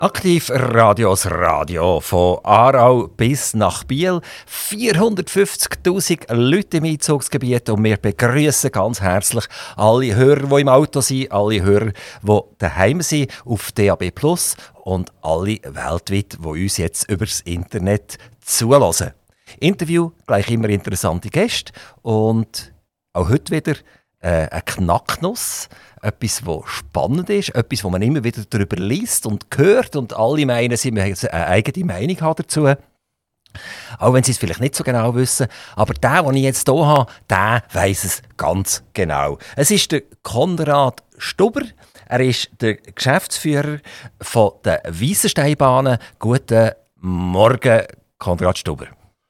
Aktiv Radios Radio von Aarau bis nach Biel. 450'000 Leute im Einzugsgebiet und wir begrüßen ganz herzlich alle Hörer, die im Auto sind, alle Hörer, die daheim sind, auf DAB+ und alle weltweit, die uns jetzt übers Internet zulassen. Interview, gleich immer interessante Gäste und auch heute wieder eine Knacknuss. Etwas, was spannend ist, etwas, wo man immer wieder darüber liest und hört und alle meinen, sie müssen eine eigene Meinung haben dazu. Auch wenn sie es vielleicht nicht so genau wissen. Aber der, den ich jetzt hier habe, der weiss es ganz genau. Es ist der Konrad Stuber. Er ist der Geschäftsführer von der Weissensteinbahnen. Guten Morgen, Konrad Stuber.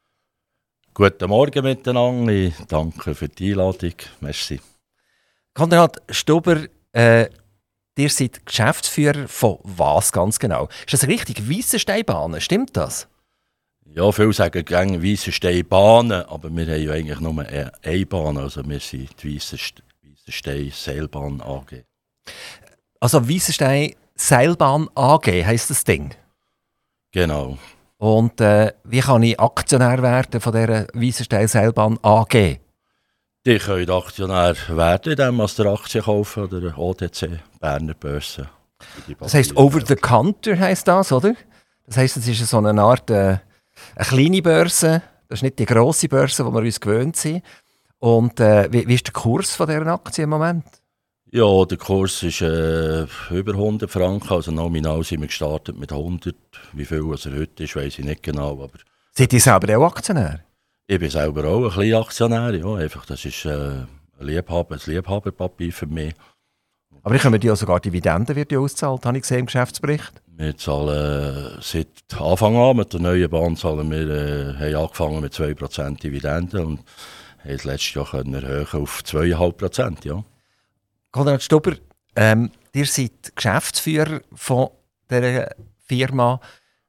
Guten Morgen miteinander. Ich danke für die Einladung. Merci. Konrad Stuber, ihr seid Geschäftsführer von was ganz genau? Ist das richtig? Weissensteinbahnen, stimmt das? Ja, viele sagen gerne Weissensteinbahnen, aber wir haben ja eigentlich nur eine Bahn. Also wir sind die Weissenstein-Seilbahn AG. Also Weissenstein-Seilbahn AG heisst das Ding? Genau. Und wie kann ich Aktionär werden von dieser Weissenstein-Seilbahn AG? Die können Aktionär werden, indem sie Aktien kaufen oder der OTC, Berner Börse. Das heisst over the counter heisst das, oder? Das heisst, es ist so eine Art eine kleine Börse. Das ist nicht die grosse Börse, die wir uns gewöhnt sind. Und wie ist der Kurs von dieser Aktie im Moment? Ja, der Kurs ist über 100 Franken. Also nominal sind wir gestartet mit 100. Wie viel er heute ist, weiss ich nicht genau. Aber seid ihr selber auch Aktionär? Ich bin selber auch ein kleiner Aktionär. Ja, einfach, das ist ein Liebhaberpapier für mich. Aber ich komme ja sogar Dividenden wird ja ausgezahlt, habe ich gesehen im Geschäftsbericht. Wir zahlen seit Anfang an mit der neuen Bahn haben angefangen mit 2% Dividenden und haben es letztes Jahr erhöhen auf 2,5%. Ja. Konrad Stuber, ihr seid Geschäftsführer von dieser Firma.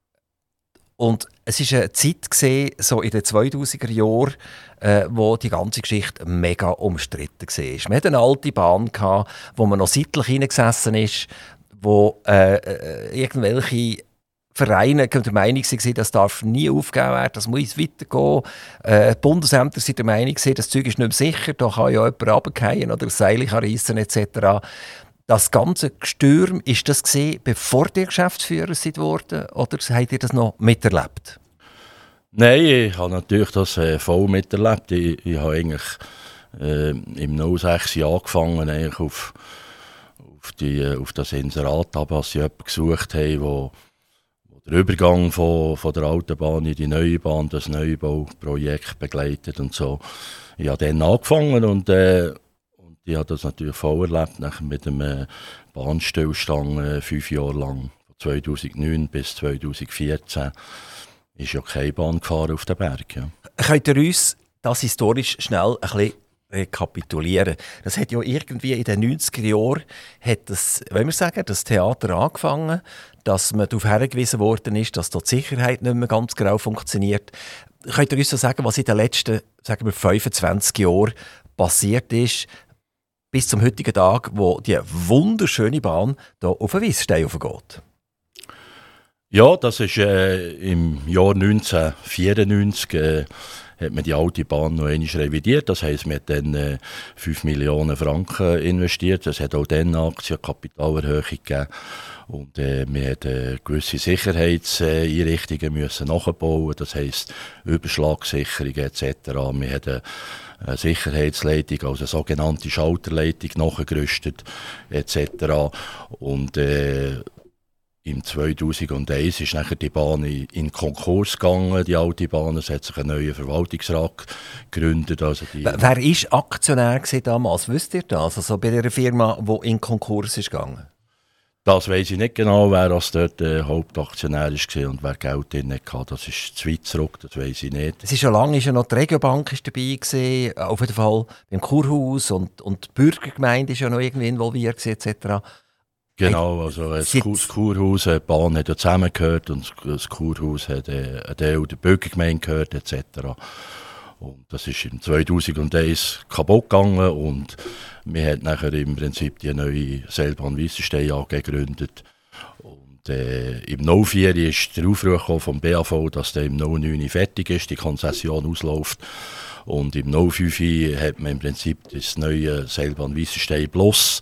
Und es war eine Zeit gewesen, so in den 2000er Jahren, wo die ganze Geschichte mega umstritten war. Man hatte eine alte Bahn, wo man noch seitlich hineingesessen ist, wo irgendwelche Vereine der Meinung waren, das darf nie aufgegeben werden, das muss weitergehen. Die Bundesämter waren der Meinung, das Zeug ist nicht mehr sicher, da kann ja jemand runterfallen oder ein Seil reissen etc. Das ganze Gestürm, ist das gesehen, bevor ihr Geschäftsführer seid worden, oder habt ihr das noch miterlebt? Nein, ich habe natürlich das voll miterlebt. Ich habe eigentlich im 06 angefangen, eigentlich auf das Inserat, was sie jemanden gesucht haben, wo der Übergang von der alten Bahn in die neue Bahn, das Neubauprojekt begleitet und so. Ich habe dann angefangen und ich habe das natürlich voll erlebt, nachher mit dem Bahnstillstand 5 Jahre lang, von 2009 bis 2014, ist ja keine Bahn gefahren auf den Berg. Ja. Könnt ihr uns das historisch schnell ein bisschen rekapitulieren? Das hat ja irgendwie in den 90er Jahren, wenn wir sagen, das Theater angefangen, dass man darauf hingewiesen worden ist, dass dort die Sicherheit nicht mehr ganz genau funktioniert. Könnt ihr uns so sagen, was in den letzten, sagen wir, 25 Jahren passiert ist, bis zum heutigen Tag, wo die wunderschöne Bahn hier auf den Weissenstein geht? Ja, das ist im Jahr 1994 hat man die alte Bahn noch einmal revidiert. Das heisst, man hat dann 5 Millionen Franken investiert. Es hat auch dann eine Aktienkapitalerhöhung gegeben. Und wir mussten gewisse Sicherheitseinrichtungen müssen nachbauen. Das heisst, Überschlagsicherung etc. Wir hatten eine Sicherheitsleitung, also eine sogenannte Schalterleitung nachgerüstet etc. Und im 2001 ist nachher die Bahn in Konkurs gegangen, die alte Bahn. Es hat sich ein neuer Verwaltungsrat gegründet. Also Wer war Aktionär damals? Wisst ihr das? Also bei einer Firma, die in Konkurs ist gegangen? Das weiss ich nicht genau, wer das dort Hauptaktionär war und wer Geld drin hatte. Das ist zu weit zurück, das weiss ich nicht. Es ist schon lange noch die Regiobank ist dabei gewesen, auf jeden Fall beim Kurhaus und die Bürgergemeinde ist ja noch irgendwie involviert etc. Genau, also das Kurhaus, die Bahn hat ja zusammengehört und das Kurhaus hat ein Teil der Bürgergemeinde gehört etc. Und das ist im 2001 kaputt gegangen und wir haben nachher im Prinzip die neue Seilbahn Weissenstein AG gegründet. Und Und im 04 ist der Aufruf vom BAV, dass der im 09 fertig ist, die Konzession ausläuft. Und im 05 hat man im Prinzip das neue Seilbahn Weissenstein Plus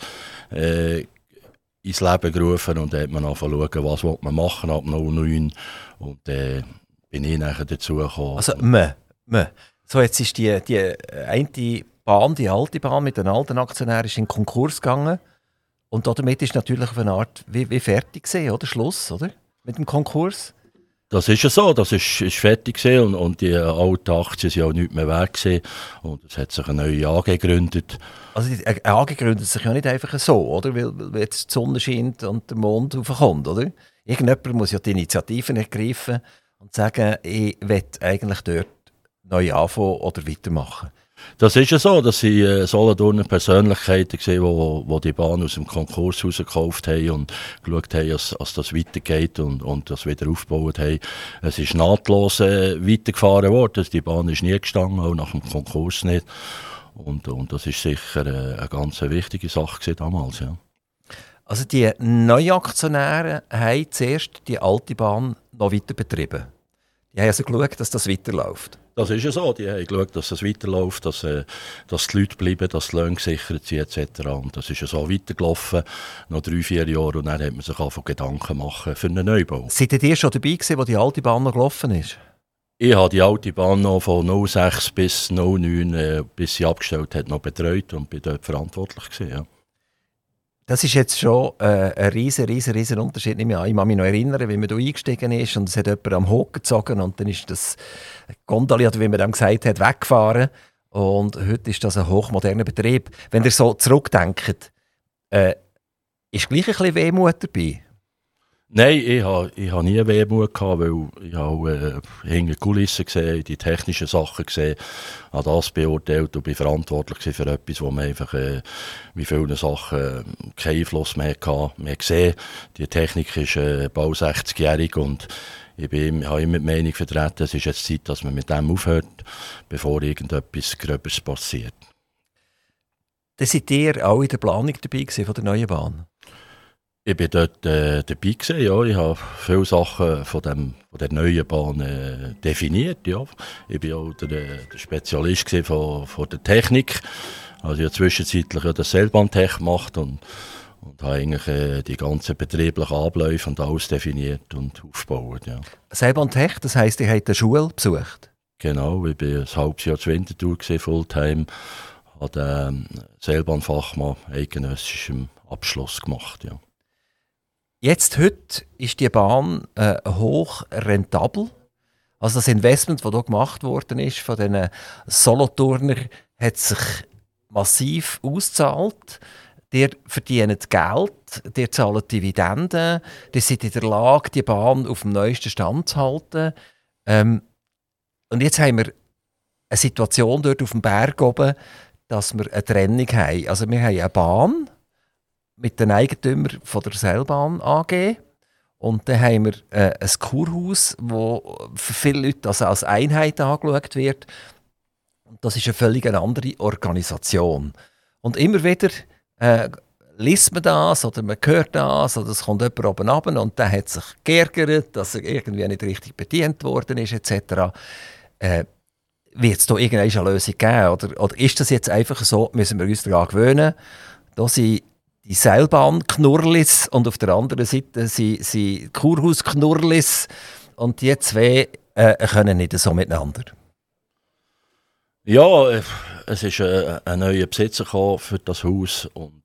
ins Leben gerufen und da hat man angefangen zu schauen, was man machen ab 09. Und bin ich nachher dazu gekommen. Also, So, jetzt ist die eine Bahn, die alte Bahn mit den alten Aktionären, ist in Konkurs gegangen. Und damit ist natürlich auf eine Art wie fertig gewesen, oder? Schluss, oder? Mit dem Konkurs. Das ist ja so, das ist fertig gewesen und die alten Aktien sind auch nicht mehr weg gewesen. Und es hat sich eine neue AG gegründet. Also eine AG gründet sich ja nicht einfach so, oder? Weil jetzt die Sonne scheint und der Mond raufkommt, oder? Irgendjemand muss ja die Initiativen ergreifen und sagen, ich will eigentlich dort neu anfangen oder weitermachen. Das ist ja so, dass sie Solothurner Persönlichkeiten gesehen, die die Bahn aus dem Konkurs rausgekauft haben und geschaut haben, dass das weitergeht und das wieder aufgebaut haben. Es ist nahtlos weitergefahren worden. Die Bahn ist nie gestanden, auch nach dem Konkurs nicht. Und das ist sicher eine ganz wichtige Sache damals. Ja. Also die Neuaktionäre haben zuerst die alte Bahn noch weiter betrieben. Die haben also geschaut, dass das weiterläuft. Das ist ja so. Die haben geschaut, dass es weiterläuft, dass die Leute bleiben, dass die Löhne gesichert sind etc. Und das ist ja so weitergelaufen, noch 3-4 Jahre. Und dann hat man sich angefangen Gedanken machen für einen Neubau. Seid ihr schon dabei gewesen, wo die alte Bahn noch gelaufen ist? Ich habe die alte Bahn noch von 06 bis 09, bis sie abgestellt hat, noch betreut und bin dort verantwortlich gewesen, ja. Das ist jetzt schon ein riesen Unterschied. Ich kann mich noch erinnern, wie man da eingestiegen ist und es hat jemand am Haken gezogen und dann ist das Gondeli, oder wie man dem gesagt hat, weggefahren. Und heute ist das ein hochmoderner Betrieb. Wenn ihr so zurückdenkt, ist gleich ein bisschen Wehmut dabei? Nein, ich habe nie Wehmut gehabt, weil ich habe hinter die Kulissen gesehen, die technischen Sachen gesehen, habe das beurteilt und bin verantwortlich für etwas, wo man einfach wie viele Sachen keinen Einfluss mehr hatte. Wir haben gesehen, die Technik ist bald 60-jährig und ich habe immer die Meinung vertreten, es ist jetzt Zeit, dass man mit dem aufhört, bevor irgendetwas Gröberes passiert. Dann seid ihr auch in der Planung dabei gewesen von der neuen Bahn? Ich war dort dabei gewesen, ja. Ich habe viele Sachen von der neuen Bahn definiert, ja. Ich war auch der Spezialist von der Technik. Also ich habe zwischenzeitlich ja das Seilbahntech gemacht und habe eigentlich die ganzen betrieblichen Abläufe und alles definiert und aufgebaut, ja. Seilbahntech, das heisst, ihr habt eine Schule besucht? Genau, ich war ein halbes Jahr zu Winterthur Fulltime, habe Seilbahnfachmann eidgenössischem Abschluss gemacht, ja. Heute ist die Bahn hoch rentabel. Also das Investment, das hier gemacht worden ist von den Solothurner, hat sich massiv ausgezahlt. Ihr verdient Geld, ihr zahlt Dividenden, ihr seid in der Lage, die Bahn auf dem neuesten Stand zu halten. Und jetzt haben wir eine Situation dort auf dem Berg oben, dass wir eine Trennung haben. Also wir haben eine Bahn mit den Eigentümern von der Seilbahn AG. Und dann haben wir ein Kurhaus, das für viele Leute als Einheit angeschaut wird. Und das ist eine völlig andere Organisation. Und immer wieder liest man das oder man hört das oder es kommt jemand oben runter und der hat sich geärgert, dass er irgendwie nicht richtig bedient worden ist etc. Wird es da irgendeine Lösung geben? Oder ist das jetzt einfach so, müssen wir uns daran gewöhnen? Da sind die Seilbahn-Knurrlis und auf der anderen Seite sind Kurhaus-Knurrlis und die zwei können nicht so miteinander. Ja, es ist ein neuer Besitzer gekommen für das Haus und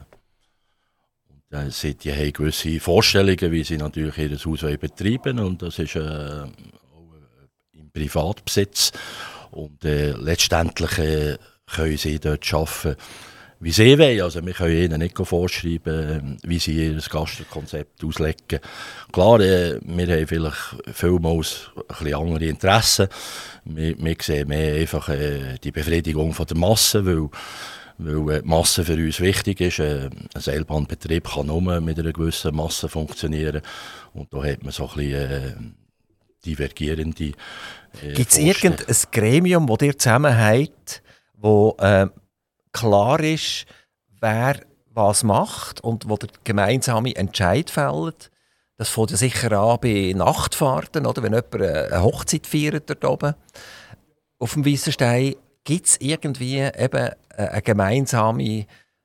die haben gewisse Vorstellungen, wie sie natürlich ihr Haus betreiben wollen und das ist auch im Privatbesitz und letztendlich können sie dort arbeiten, wie sie wollen. Also wir können ihnen nicht vorschreiben, wie sie ihr Gastkonzept auslegen. Klar, wir haben vielleicht vielmals ein bisschen andere Interessen. Wir sehen mehr einfach die Befriedigung von der Masse, weil die Masse für uns wichtig ist. Ein Seilbahnbetrieb kann nur mit einer gewissen Masse funktionieren. Und da hat man so ein bisschen divergierende Gibt es irgendein Gremium, das ihr zusammen habt, wo klar ist, wer was macht und wo der gemeinsame Entscheid fällt, Das fängt ja sicher an bei Nachtfahrten, oder? Wenn jemand eine Hochzeit feiert dort oben auf dem Weissenstein. Gibt es irgendwie eben eine gemeinsame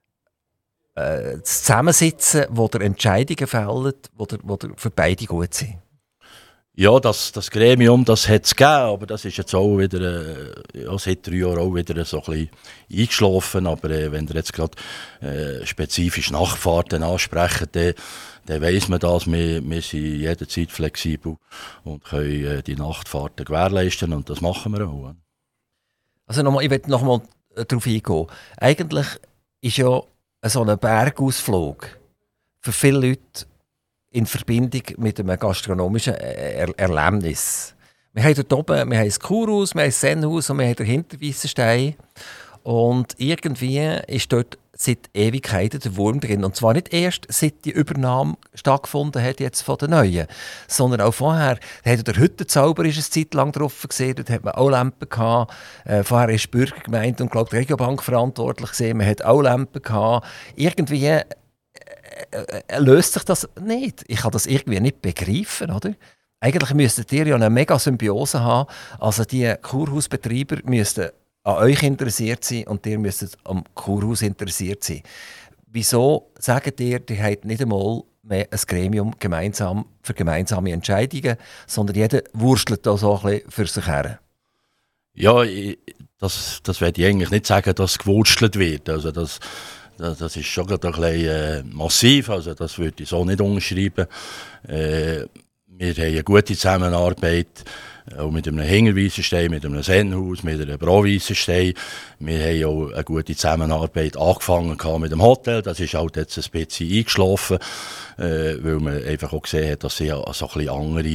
Zusammensitzen, wo der Entscheidungen fällt, wo der für beide gut sind? Ja, das Gremium, das hat es gegeben, aber das ist jetzt auch wieder, seit 3 Jahren auch wieder so ein bisschen eingeschlafen. Aber wenn ihr jetzt gerade spezifisch Nachtfahrten ansprechen, dann weiss man das. Wir sind jederzeit flexibel und können die Nachtfahrten gewährleisten und das machen wir auch. Also ich will nochmal darauf eingehen. Eigentlich ist ja so ein Bergausflug für viele Leute in Verbindung mit einem gastronomischen Erlebnis. Wir haben dort oben das Kurhaus, wir haben das Sennhaus und wir haben den Hinterweissenstein. Und irgendwie ist dort seit Ewigkeiten der Wurm drin. Und zwar nicht erst, seit die Übernahme stattgefunden hat jetzt von den Neuen, sondern auch vorher. Der Hüttenzauber ist eine Zeit lang drauf gesehen, dort hat man auch Lampen gehabt. Vorher ist die Bürgergemeinde und glaube die Regiobank verantwortlich gesehen, man hat auch Lampen gehabt. Irgendwie löst sich das nicht. Ich kann das irgendwie nicht begreifen, oder? Eigentlich müsstet ihr ja eine mega Symbiose haben. Also die Kurhausbetreiber müssten an euch interessiert sein und ihr müsstet am Kurhaus interessiert sein. Wieso sagt ihr habt nicht einmal mehr ein Gremium für gemeinsame Entscheidungen, sondern jeder wurstelt da so ein bisschen für sich her? Ja, das werde ich eigentlich nicht sagen, dass gewurstelt wird. Also das ist schon ein bisschen massiv, also das würde ich so nicht unterschreiben. Wir haben eine gute Zusammenarbeit, auch mit einem Hinterweissenstein, mit einem Sennhaus, mit einem Broweissenstein. Wir haben auch eine gute Zusammenarbeit angefangen mit dem Hotel, das ist halt jetzt ein bisschen eingeschlafen, weil man einfach auch gesehen hat, dass sie so ein bisschen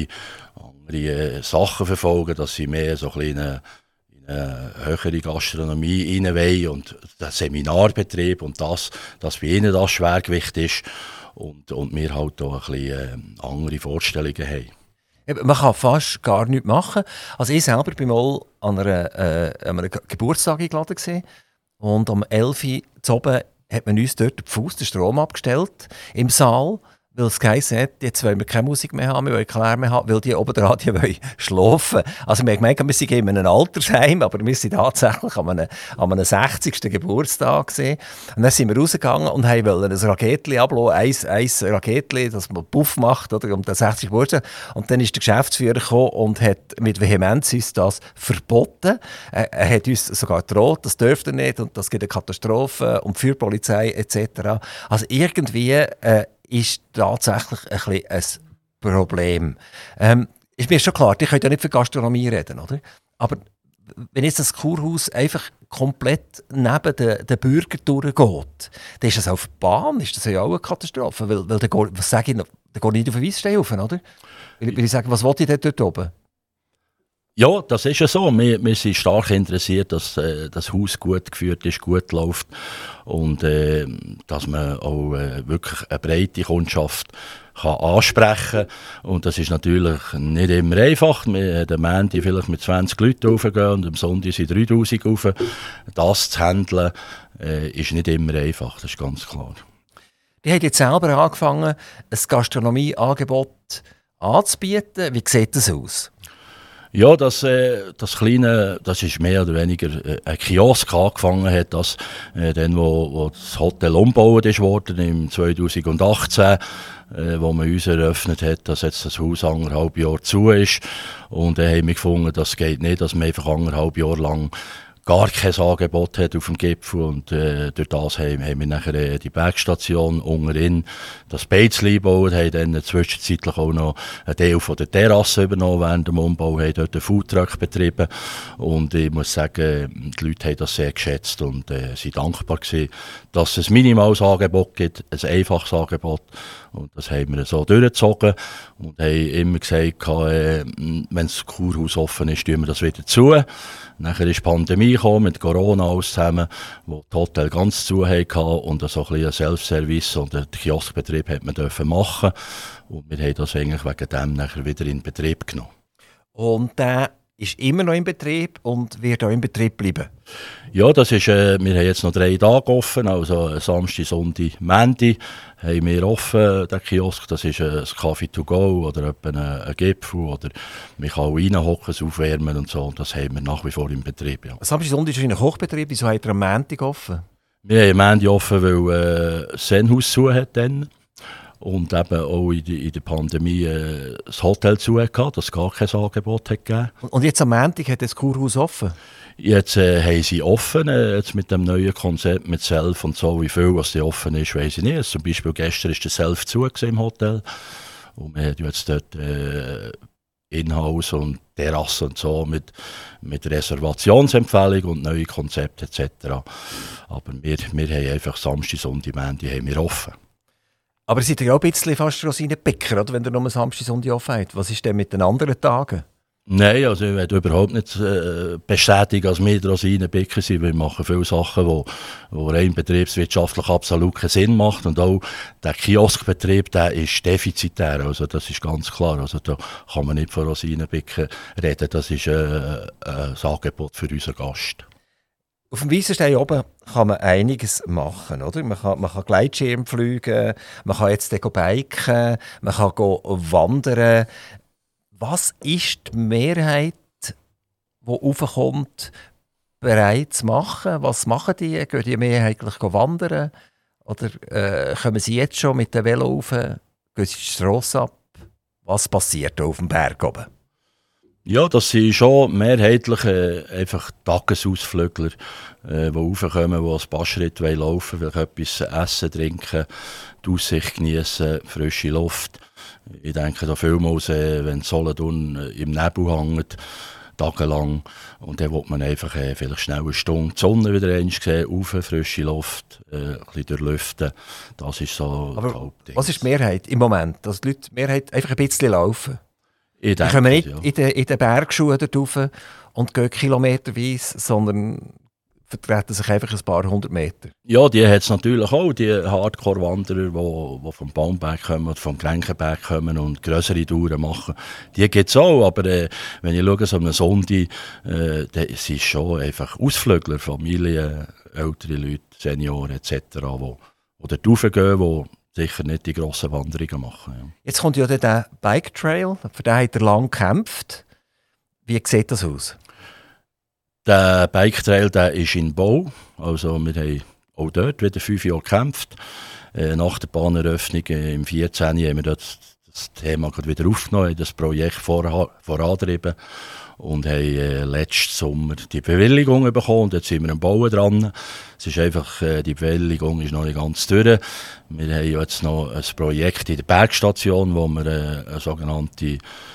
andere Sachen verfolgen, dass sie mehr so ein bisschen höhere Gastronomie rein wollen und der Seminarbetrieb und das bei ihnen das Schwergewicht ist und wir halt auch ein bisschen andere Vorstellungen haben. Man kann fast gar nichts machen. Also ich selber war mal an einem Geburtstag eingeladen gewesen. Und um 11 Uhr zu oben hat man uns dort den Strom abgestellt im Saal. Weil es geheißen hat, jetzt wollen wir keine Musik mehr haben, wir wollen keine Lärm mehr haben, weil die oben dran schlafen. Also wir haben gemeint, wir sind in einem Altersheim, aber wir sind tatsächlich an einem 60. Geburtstag gewesen. Und dann sind wir rausgegangen und wollten ein Raketli ablassen, ein Raketli, das man Puff macht, oder, um den 60. Geburtstag. Und dann ist der Geschäftsführer gekommen und hat mit Vehemenz uns das verboten. Er hat uns sogar gedroht, das dürft ihr nicht und das gibt eine Katastrophe und Feuerpolizei etc. Also irgendwie ist tatsächlich ein Problem. Ist mir schon klar, ich könnte ja nicht für Gastronomie reden, oder? Aber wenn jetzt das Kurhaus einfach komplett neben den Bürgern durchgeht, dann ist das auf der Bahn, ist das ja auch eine Katastrophe. Weil dann was sage ich noch? Dann geht nicht auf den Weissenstein rauf, oder? Will ich sagen, was will ich denn dort oben? Ja, das ist ja so. Wir sind stark interessiert, dass das Haus gut geführt ist, gut läuft und dass man auch wirklich eine breite Kundschaft kann ansprechen kann. Und das ist natürlich nicht immer einfach. Wir am Montag vielleicht mit 20 Leuten raufgehen und am Sonntag sind 3000 rauf. Das zu handeln ist nicht immer einfach, das ist ganz klar. Die haben jetzt selber angefangen, ein Gastronomieangebot anzubieten. Wie sieht das aus? Ja, das Kleine, das ist mehr oder weniger ein Kiosk angefangen hat, das dann, wo das Hotel umgebaut ist worden im 2018, wo man uns eröffnet hat, dass jetzt das Haus 1,5 Jahre zu ist. Und dann haben wir gefunden, das geht nicht, dass man einfach 1,5 Jahre lang gar kein Angebot hat auf dem Gipfel und durch das haben wir nachher die Bergstation unterin das Beizli gebaut, haben dann zwischenzeitlich auch noch einen Teil von der Terrasse übernommen während dem Umbau, haben dort einen Foodtruck betrieben und ich muss sagen, die Leute haben das sehr geschätzt und sind dankbar gewesen, dass es ein minimales Angebot gibt, ein einfaches Angebot und das haben wir so durchgezogen und haben immer gesagt, wenn das Kurhaus offen ist, tun wir das wieder zu. Nachher ist die Pandemie gekommen, mit Corona alles zusammen, wo das Hotel ganz zu hatte und so ein bisschen Self-Service und den Kioskbetrieb hat man dürfen machen. Und wir haben das eigentlich wegen dem nachher wieder in Betrieb genommen. Und der ist immer noch in Betrieb und wird auch in Betrieb bleiben. Ja, das ist, wir haben jetzt noch 3 Tage offen, also Samstag, Sonntag, Montag haben wir offen, den Kiosk. Das ist ein Kaffee to go oder etwa ein Gipfel oder man kann auch reinhocken, es aufwärmen und so. Das haben wir nach wie vor in Betrieb, ja. Samstag, Sonntag ist ein Hochbetrieb, wieso habt ihr am Montag offen? Wir haben am Montag offen, weil das Zen-Haus zu hat dann. Und eben auch in der Pandemie das Hotel zu hatte, das gar kein Angebot hat gegeben. Und jetzt am Montag hat das Kurhaus offen? Jetzt haben sie offen, jetzt mit dem neuen Konzept mit Self und so. Wie viel was die offen ist, weiss ich nicht. Also zum Beispiel gestern ist der Self zu im Hotel. Und wir haben jetzt dort Inhouse und Terrasse und so mit Reservationsempfehlung und neue Konzepte etc. Aber wir haben einfach Samstag, Sonntag, Montag haben wir offen. Aber seid ihr auch ein bisschen fast Rosinenpicker, oder, wenn ihr nur Samstag, Sonntag offen habt? Was ist denn mit den anderen Tagen? Nein, also ich werde überhaupt nicht bestätigen, dass wir Rosinenpicker sind. Wir machen viele Sachen, die rein betriebswirtschaftlich absolut keinen Sinn machen. Und auch der Kioskbetrieb, der ist defizitär. Also das ist ganz klar. Also da kann man nicht von Rosinenpicker reden. Das ist ein Angebot für unseren Gast. Auf dem Weissenstein oben kann man einiges machen, oder? Man kann Gleitschirm fliegen, man kann jetzt biken, man kann wandern. Was ist die Mehrheit, die raufkommt, bereit zu machen? Was machen die? Gehen die mehrheitlich wandern? Oder kommen sie jetzt schon mit dem Velo rauf? Gehen sie die Strasse ab? Was passiert da auf dem Berg oben? Ja, das sind schon mehrheitlich einfach Tagesausflügler, die raufkommen, die ein paar Schritte laufen wollen, etwas essen, trinken, die Aussicht genießen, frische Luft. Ich denke da vielmals, wenn Solothurn im Nebel hängt, tagelang, und dann will man einfach vielleicht schnell eine Stunde die Sonne wieder sehen, rauf, frische Luft, ein bisschen durchlüften. Das ist so das Hauptding. Was ist die Mehrheit im Moment? Dass die Leute die Mehrheit einfach ein bisschen laufen? Ich denke, die kommen nicht ja. in den Bergschuhen dort rauf und gehen kilometerweise, sondern vertreten sich einfach ein paar 100 Meter. Ja, die hat es natürlich auch, die Hardcore-Wanderer, die vom Baumberg kommen oder vom Grenkenberg kommen und grössere Touren machen. Die gibt es auch, aber wenn ich schaue, so am Sonntag, dann sind es schon einfach Ausflügler, Familien, ältere Leute, Senioren etc., die dort raufgehen, die sicher nicht die grossen Wanderungen machen. Ja. Jetzt kommt ja der Bike Trail, für den hat er lange gekämpft. Wie sieht das aus? Der Bike Trail, der ist in Bau. Also wir haben auch dort wieder 5 Jahre gekämpft. Nach der Bahneröffnung im 2014 haben wir das Thema wieder aufgenommen, das Projekt vorantrieben und haben letzten Sommer die Bewilligung bekommen. Und jetzt sind wir am Bauen dran. Es ist einfach, die Bewilligung ist noch nicht ganz durch. Wir haben jetzt noch ein Projekt in der Bergstation, wo wir eine sogenannte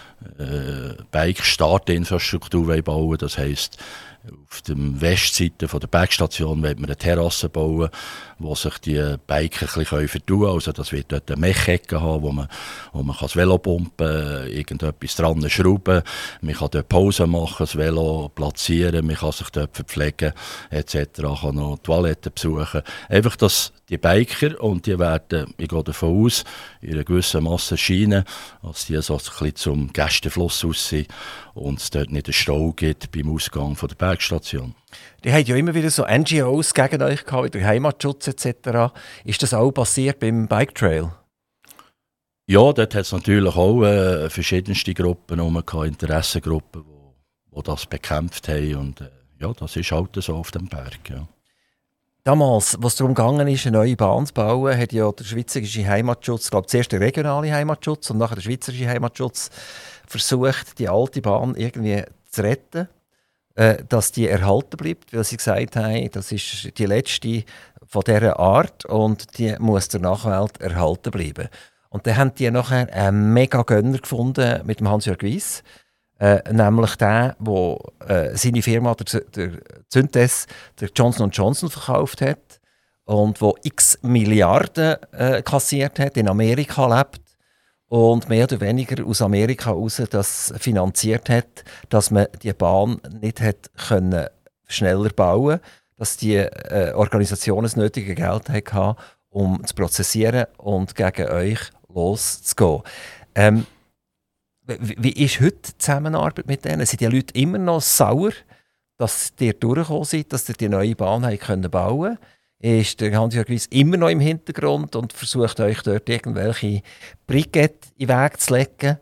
Bike-Startinfrastruktur bauen. Das heisst, auf der Westseite von der Bergstation wollen wir eine Terrasse bauen, wo sich die Biker ein bisschen vertun können. Also das wird dort eine Mechecke haben, wo man das Velo pumpen, irgendetwas dran schrauben, man kann dort Pause machen, das Velo platzieren, man kann sich dort verpflegen etc., kann noch Toiletten besuchen. Einfach, dass die Biker, und die werden, ich gehe davon aus, in einer gewissen Masse scheinen, dass die so ein bisschen zum Gästefluss aussehen und es dort nicht einen Stau gibt beim Ausgang von der Bergstation. Die haben ja immer wieder so NGOs gegen euch gehabt, wie der Heimatschutz etc. Ist das auch passiert beim Bike Trail? Ja, dort hat es natürlich auch verschiedenste Gruppen, Interessengruppen, die das bekämpft haben. Und ja, das ist halt so auf dem Berg. Ja. Damals, was darum gegangen ist, eine neue Bahn zu bauen, hat ja der schweizerische Heimatschutz, ich glaube zuerst der regionale Heimatschutz und nachher der schweizerische Heimatschutz versucht, die alte Bahn irgendwie zu retten, dass die erhalten bleibt, weil sie gesagt haben, das ist die letzte von dieser Art und die muss der Nachwelt erhalten bleiben. Und dann haben die nachher einen mega Gönner gefunden mit dem Hans-Jörg Wyss, nämlich der, der seine Firma, der Synthes, der Johnson & Johnson verkauft hat und wo x Milliarden kassiert hat, in Amerika lebt und mehr oder weniger aus Amerika heraus das finanziert hat, dass man die Bahn nicht hat können schneller bauen, dass die Organisation das nötige Geld hatte, um zu prozessieren und gegen euch loszugehen. Wie ist heute die Zusammenarbeit mit denen? Sind die Leute immer noch sauer, dass ihr durchgekommen seid, dass ihr die neue Bahn bauen können? Ist der Hans-Jörg Wyss immer noch im Hintergrund und versucht euch dort irgendwelche Brikette in den Weg zu legen?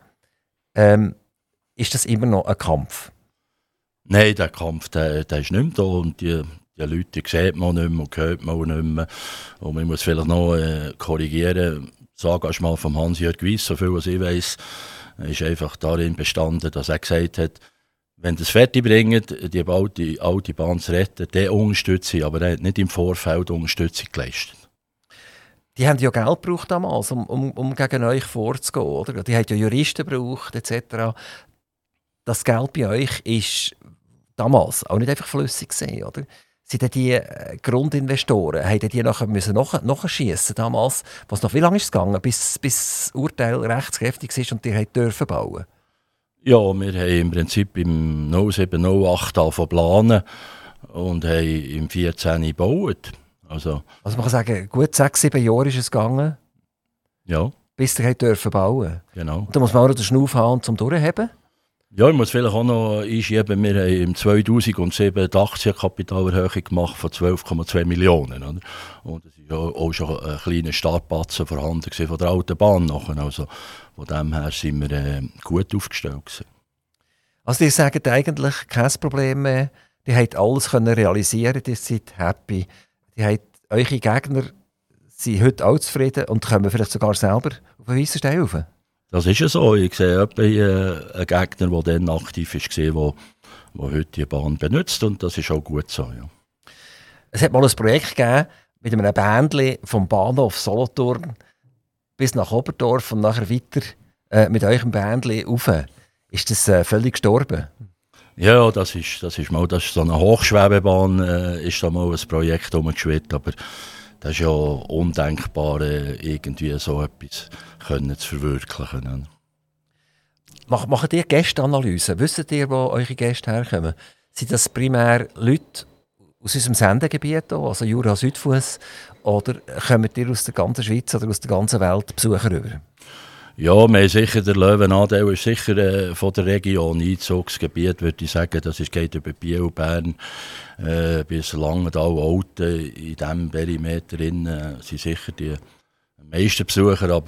Ist das immer noch ein Kampf? Nein, der Kampf der ist nicht mehr da und die Leute sieht man nicht mehr und hört man auch nicht mehr. Und man muss vielleicht noch korrigieren, das Engagement von Hans-Jörg Wyss, so viel als ich weiss, ist einfach darin bestanden, dass er gesagt hat, wenn das fertig bringt, die alte Bahn zu retten, dann unterstütze ich. Aber er hat nicht im Vorfeld Unterstützung geleistet. Die haben ja Geld gebraucht damals, um gegen euch vorzugehen, oder? Die haben ja Juristen gebraucht, etc. Das Geld bei euch ist damals auch nicht einfach flüssig gewesen, oder? Sind die Grundinvestoren, haben die nachschiessen damals? Wie lange ist es gegangen, bis das Urteil rechtskräftig ist und die dürfen bauen? Ja, wir haben im Prinzip im 07, 08 angefangen planen und haben im 14 gebaut. Also man kann sagen, gut 6-7 Jahre ist es gegangen, ja. Bis ihr dürfen bauen. Genau. Und da muss man auch den Schnauf haben, um durchzuheben. Ja, ich muss vielleicht auch noch einschieben, wir haben im 2007 die Aktienkapitalerhöhung gemacht von 12,2 Millionen. Oder? Und es war auch schon ein kleiner Startbatzen vorhanden von der alten Bahn nachher. Also von dem her sind wir gut aufgestellt gewesen. Also die sagen eigentlich kein Problem mehr, die haben alles können realisieren, die sind happy. Eure Gegner sind heute auch zufrieden und kommen vielleicht sogar selber auf den weißen Stein rauf. Das ist ja so. Ich sehe einen Gegner, der dann aktiv war, der heute die Bahn benutzt. Und das ist auch gut so. Ja. Es hat mal ein Projekt gegeben mit einem Bändchen vom Bahnhof Solothurn bis nach Oberdorf und nachher weiter mit eurem Bändchen rauf. Ist das völlig gestorben? Ja, das ist so eine Hochschwebebahn, ist da mal ein Projekt herumgeschwebt, aber das ist ja undenkbar, irgendwie so etwas können zu verwirklichen. Machen ihr Gästeanalysen? Wisst ihr, wo eure Gäste herkommen? Sind das primär Leute aus unserem Sendegebiet, also Jura Südfuss, oder kommen ihr aus der ganzen Schweiz oder aus der ganzen Welt Besucher rüber? Ja, wir haben sicher, der Löwenanteil ist sicher von der Region, Einzugsgebiet, würde ich sagen. Das geht über Biel, Bern bis Langenthal, Olten. In diesem Perimeter sind sicher die meisten Besucher, aber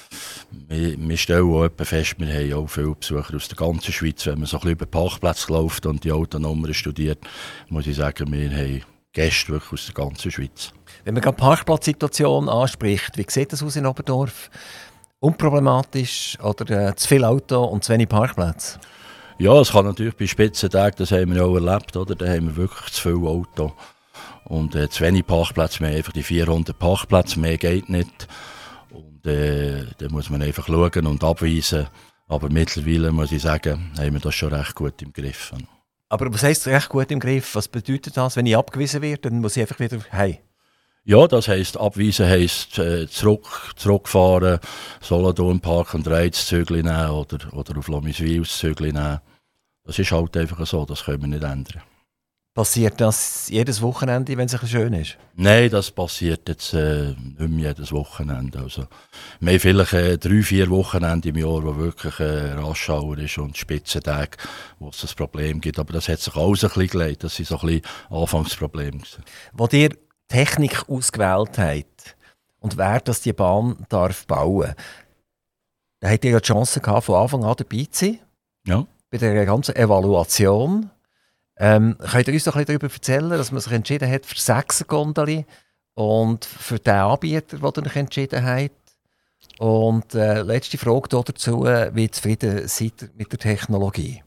wir stellen auch fest, wir haben auch viele Besucher aus der ganzen Schweiz. Wenn man so ein bisschen über Parkplätze läuft und die Autonummern studiert, muss ich sagen, wir haben Gäste wirklich aus der ganzen Schweiz. Wenn man gerade die Parkplatzsituation anspricht, wie sieht das aus in Oberdorf? Unproblematisch oder zu viel Auto und zu wenig Parkplätze? Ja, es kann natürlich bei Spitzentagen, das haben wir auch erlebt, oder? Da haben wir wirklich zu viel Auto und zu wenig Parkplätze. Wir haben einfach die 400 Parkplätze, mehr geht nicht. Und da muss man einfach schauen und abweisen. Aber mittlerweile, muss ich sagen, haben wir das schon recht gut im Griff. Aber was heisst recht gut im Griff? Was bedeutet das, wenn ich abgewiesen werde, dann muss ich einfach wieder heim? Ja, das heisst, abweisen heisst zurückfahren, Solothurn Park und Reiz Zügli nehmen oder auf Lomiswil Zügli nehmen. Das ist halt einfach so, das können wir nicht ändern. Passiert das jedes Wochenende, wenn es ein bisschen schön ist? Nein, das passiert jetzt nicht mehr jedes Wochenende. Also, wir haben vielleicht 3-4 Wochenende im Jahr, wo wirklich Raschauer ist und Spitzentage, wo es ein Problem gibt. Aber das hat sich alles ein bisschen gelegt. Das sind so ein bisschen Anfangsprobleme. Wo dir Technik ausgewählt hat und wer das die Bahn darf bauen, da habt ihr ja die Chance gehabt, von Anfang an dabei zu sein. Ja. Bei der ganzen Evaluation. Könnt ihr uns doch ein bisschen darüber erzählen, dass man sich entschieden hat für 6 Gondeli und für den Anbieter, den ihr entschieden habt? Und letzte Frage dazu, wie zufrieden seid ihr mit der Technologie?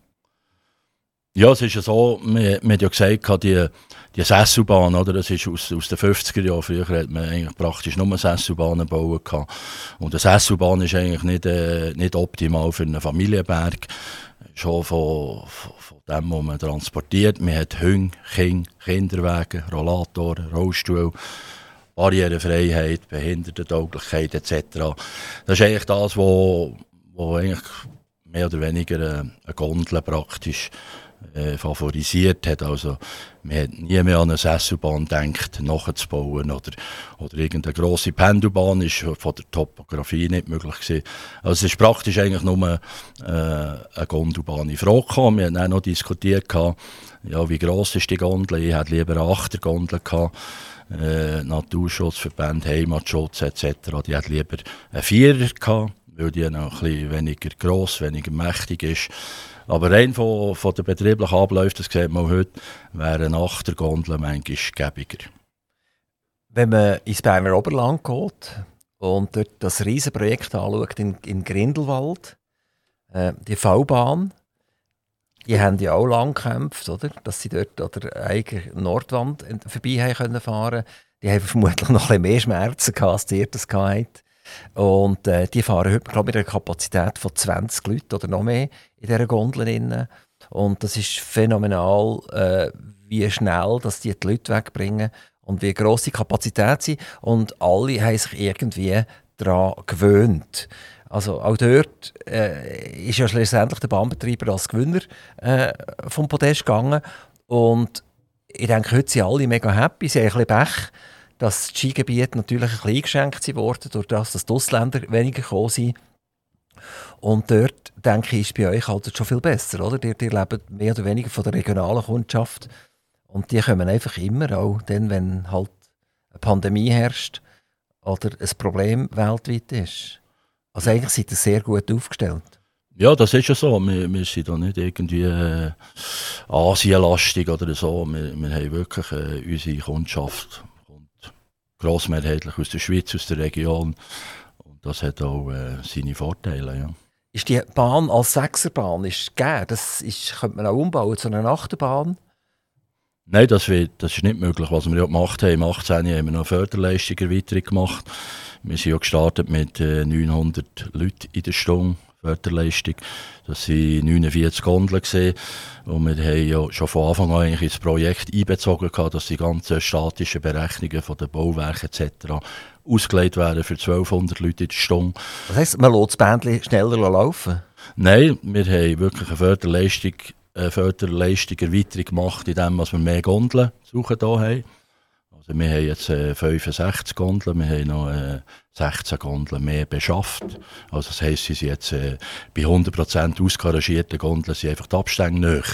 Ja, es ist ja so, wir haben ja gesagt, die Sesselbahn, oder, das ist aus den 50er Jahren. Früher hat man eigentlich praktisch nur Sesselbahnen bauen gehabt. Und eine Sesselbahn ist eigentlich nicht optimal für einen Familienberg. Schon von dem, was man transportiert. Man hat Hunde, Kinderwagen, Rollatoren, Rollstuhl, Barrierefreiheit, Behindertentauglichkeit etc. Das ist eigentlich das, was eigentlich mehr oder weniger eine Gondel praktisch favorisiert hat. Also, man hat nie mehr an eine Sesselbahn gedacht, nachzubauen oder irgendeine grosse Pendelbahn ist von der Topografie nicht möglich gewesen. Also es ist praktisch eigentlich nur eine Gondelbahn in Frage gekommen. Wir haben auch noch diskutiert, ja, wie gross ist die Gondel. Ich hätte lieber eine Achtergondel gehabt. Naturschutzverbände, Heimatschutz etc. Die hätten lieber einen Vierer gehabt, weil die noch ein bisschen weniger gross, weniger mächtig ist. Aber rein von den betrieblichen Abläufen, das sieht man heute, wäre eine Achtergondel manchmal gäbiger. Wenn man ins Berner Oberland geht und dort das Riesenprojekt anschaut in Grindelwald, die V-Bahn, die haben ja auch lang gekämpft, oder? Dass sie dort an der eigenen Nordwand vorbei fahren können. Die haben vermutlich noch ein bisschen mehr Schmerzen gehabt, als ihr das gehabt. Und die fahren heute, glaube ich, mit einer Kapazität von 20 Leuten oder noch mehr in dieser Gondel drin. Und das ist phänomenal, wie schnell dass die Leute wegbringen und wie gross die Kapazität sind. Und alle haben sich irgendwie daran gewöhnt. Also auch dort ist ja schlussendlich der Bahnbetreiber als Gewinner vom Podest gegangen. Und ich denke, heute sind alle mega happy. Sie haben ein bisschen Pech, dass das Skigebiet natürlich ein bisschen eingeschränkt wurde, durch das, dass die Ausländer weniger gekommen sind. Und dort, denke ich, ist bei euch halt schon viel besser, oder? Ihr lebt mehr oder weniger von der regionalen Kundschaft. Und die kommen einfach immer, auch dann, wenn halt eine Pandemie herrscht oder ein Problem weltweit ist. Also eigentlich seid ihr sehr gut aufgestellt. Ja, das ist ja so. Wir sind da nicht irgendwie asienlastig oder so. Wir haben wirklich unsere Kundschaft kommt grossmehrheitlich aus der Schweiz, aus der Region. Und das hat auch seine Vorteile, ja. Ist die Bahn als Sechserbahn gegeben? Könnte man auch umbauen zu einer Achterbahn? Nein, das ist nicht möglich. Was wir ja gemacht haben, im 18. haben wir noch eine Förderleistungserweiterung gemacht. Wir sind ja gestartet mit 900 Leuten in der Stunde, Förderleistung. Das waren 49 Gondeln gewesen. Und wir haben ja schon von Anfang an eigentlich ins Projekt einbezogen, dass die ganzen statischen Berechnungen von den Bauwerken etc. ausgelegt werden für 1200 Leute in der Stunde. Das heisst, man lässt das Bändchen schneller laufen? Nein, wir haben wirklich eine Förderleistungserweiterung gemacht, indem wir mehr Gondeln suchen hier haben. Also wir haben jetzt 65 Gondeln, wir haben noch 16 Gondeln mehr beschafft. Also das heisst, sie sind jetzt bei 100% ausgaragierten Gondeln sind einfach die Abstände näher.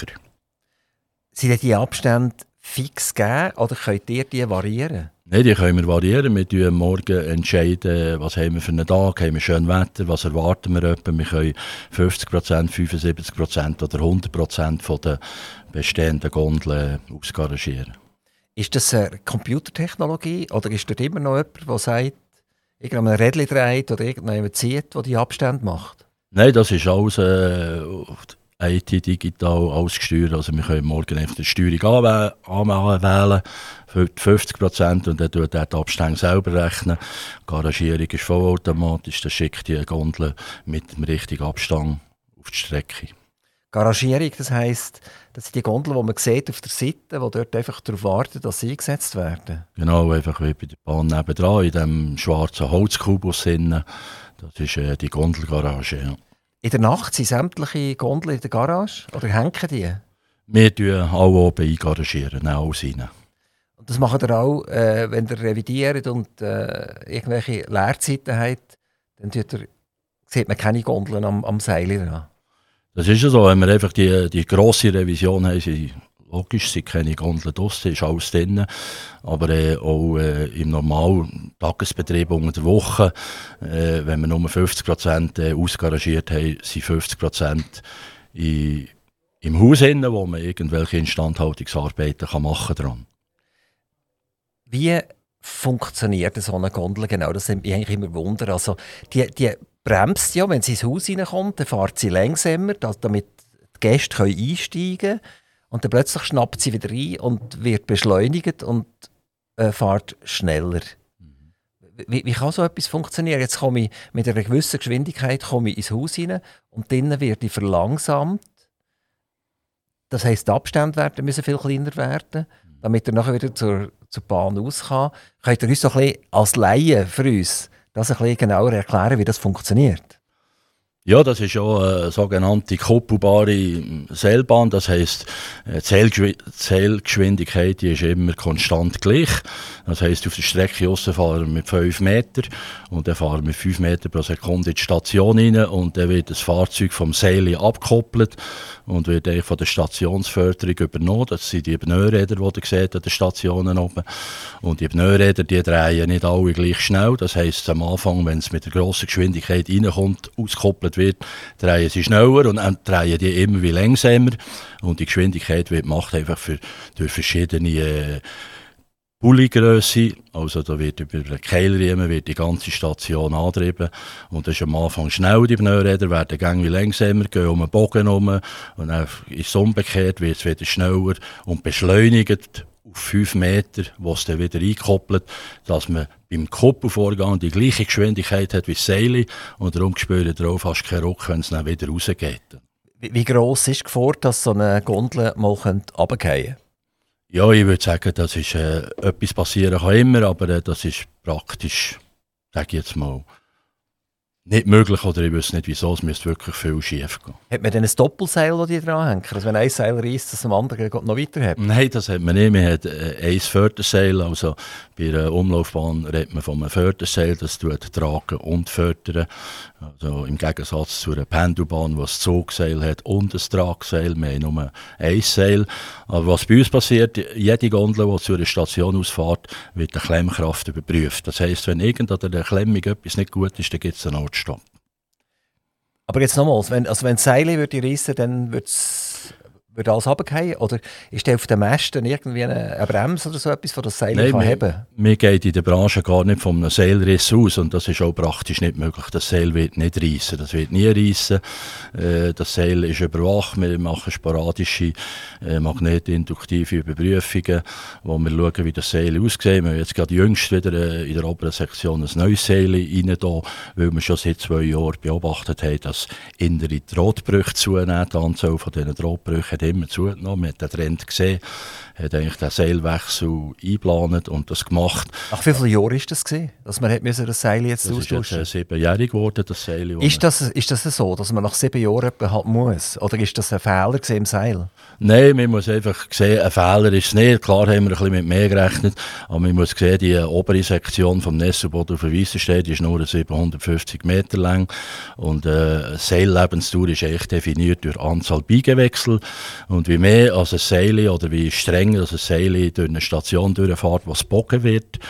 Sind die Abstände fix gegeben oder könnt ihr die variieren? Nein, die können wir variieren. Wir entscheiden morgen, was haben wir für einen Tag, haben wir schön Wetter, was erwarten wir etwa. Wir können 50%, 75% oder 100% von den bestehenden Gondeln ausgaragieren. Ist das eine Computertechnologie oder ist dort immer noch jemand, der sagt, irgendein Rädchen dreht oder irgendjemand zieht, der die Abstände macht? Nein, das ist alles IT digital ausgesteuert. Also wir können morgen einfach die Steuerung anwählen für 50% und dann tut er die Abstände selber rechnen. Die Garagierung ist vollautomatisch, dann schickt die Gondel mit dem richtigen Abstand auf die Strecke. Garagierung, das heisst, das sind die Gondeln, die man sieht auf der Seite, die dort einfach darauf warten, dass sie eingesetzt werden? Genau, einfach wie bei der Bahn nebenan, in diesem schwarzen Holzkubus. Das ist die Gondelgarage. Ja. In der Nacht sind sämtliche Gondeln in der Garage oder hängen die? Wir tun alle oben eingaragieren, alles rein. Und das macht ihr auch, wenn ihr revidiert und irgendwelche Leerzeiten habt, dann sieht man keine Gondeln am Seil dran. Das ist ja so, wenn wir einfach die grosse Revision haben, logisch sind keine Gondeln draussen, ist alles drin. Aber auch im normalen Tagesbetrieb unter der Woche, wenn wir nur 50% ausgaragiert haben, sind 50% im Haus drin, wo man irgendwelche Instandhaltungsarbeiten machen kann. Wie funktioniert so eine Gondel genau? Das nimmt mich eigentlich immer Wunder. Also, die bremst ja, wenn sie ins Haus reinkommt, dann fährt sie langsamer, damit die Gäste einsteigen können. Und dann plötzlich schnappt sie wieder rein und wird beschleunigt und fährt schneller. Wie kann so etwas funktionieren? Jetzt komme ich mit einer gewissen Geschwindigkeit ins Haus rein und drinnen wird ich verlangsamt. Das heisst, die Abstände müssen viel kleiner werden, damit er nachher wieder zur Bahn raus kann. Könnt ihr uns so ein bisschen als Laien für uns das ein bisschen genauer erklären, wie das funktioniert? Ja, das ist auch eine sogenannte kuppelbare Seilbahn. Das heisst, die Seilgeschwindigkeit die ist immer konstant gleich. Das heisst, auf der Strecke aussen fahren wir mit 5 Meter und dann fahren wir mit 5 Meter pro Sekunde in die Station rein und dann wird das Fahrzeug vom Seil abgekoppelt und wird eigentlich von der Stationsförderung übernommen. Das sind die Pneuräder, die ihr seht an den Stationen oben. Und die Pneuräder, die drehen nicht alle gleich schnell. Das heisst, am Anfang, wenn es mit der grossen Geschwindigkeit reinkommt, ausgekoppelt wird, drehen sie schneller und dann drehen die immer wie langsamer. Und die Geschwindigkeit wird gemacht einfach durch verschiedene Pulligrösse. Also da wird über den Keilriemen wird die ganze Station angetrieben. Und das ist am Anfang schnell, die Pneuräder werden gängig wie langsamer, gehen um den Bogen herum. Und dann ist es umgekehrt, wird es wieder schneller und beschleunigt auf 5 Meter, wo es dann wieder einkoppelt, dass man beim Kuppelvorgang die gleiche Geschwindigkeit hat wie das Seil und darum spürt ihr drauf, hast du keinen Ruck, wenn es dann wieder rausgeht. Wie gross ist die Gefahr, dass so eine Gondel mal runterfallen könnte? Ja, ich würde sagen, das ist, etwas passieren kann immer, aber das ist praktisch, sage ich jetzt mal, nicht möglich oder ich wüsste nicht wieso, es müsste wirklich viel schief gehen. Hat man dann ein Doppelseil, das die dranhängen? Also wenn ein Seil reisst, dass das andere noch weiter hat? Nein, das hat man nicht. Man hat ein Förderseil. Also bei einer Umlaufbahn redet man von einem Förderseil, das tut tragen und fördern. Also im Gegensatz zu einer Pendelbahn, die ein Zugseil hat und ein Tragseil. Wir haben nur ein Seil. Aber was bei uns passiert, jede Gondel, die zu einer Station ausfährt, wird die Klemmkraft überprüft. Das heisst, wenn irgend an der Klemmung etwas nicht gut ist, dann gibt es einen Notstopp. Aber jetzt nochmals, wenn das Seil würde reissen, dann würde alles runterfallen? Oder ist da auf den Mästen irgendwie eine Bremse oder so etwas, das das Seil kann heben kann? Wir gehen in der Branche gar nicht von einem Seilriss aus und das ist auch praktisch nicht möglich. Das Seil wird nicht reissen, das wird nie reissen. Das Seil ist überwacht, wir machen sporadische magnetinduktive Überprüfungen, wo wir schauen, wie das Seil aussieht. Wir haben jetzt gerade jüngst wieder in der oberen Sektion ein neues Seil rein, weil wir schon seit 2 Jahren beobachtet haben, dass innere Drahtbrüche zunehmen. Die Anzahl von diesen Drahtbrüchen hat immer zugenommen. Man hat den Trend gesehen, hat eigentlich den Seilwechsel eingeplant und das gemacht. Nach wie vielen Jahren war das, dass man das Seil jetzt austauschen musste? Das ist jetzt 7-jährig geworden, das Seil. Ist das so, dass man nach 7 Jahren halt muss? Oder ist das ein Fehler im Seil? Nein, man muss einfach sehen, ein Fehler ist es nicht. Klar haben wir ein bisschen mit mehr gerechnet, aber man muss sehen, die obere Sektion vom Nesselboden auf der Weissenstein ist nur 750 Meter lang und Seillebensdauer ist eigentlich definiert durch Anzahl Biegewechsel. Und wie mehr als ein Seil oder wie strenger als ein Seil durch eine Station durchfährt, was gebogen wird,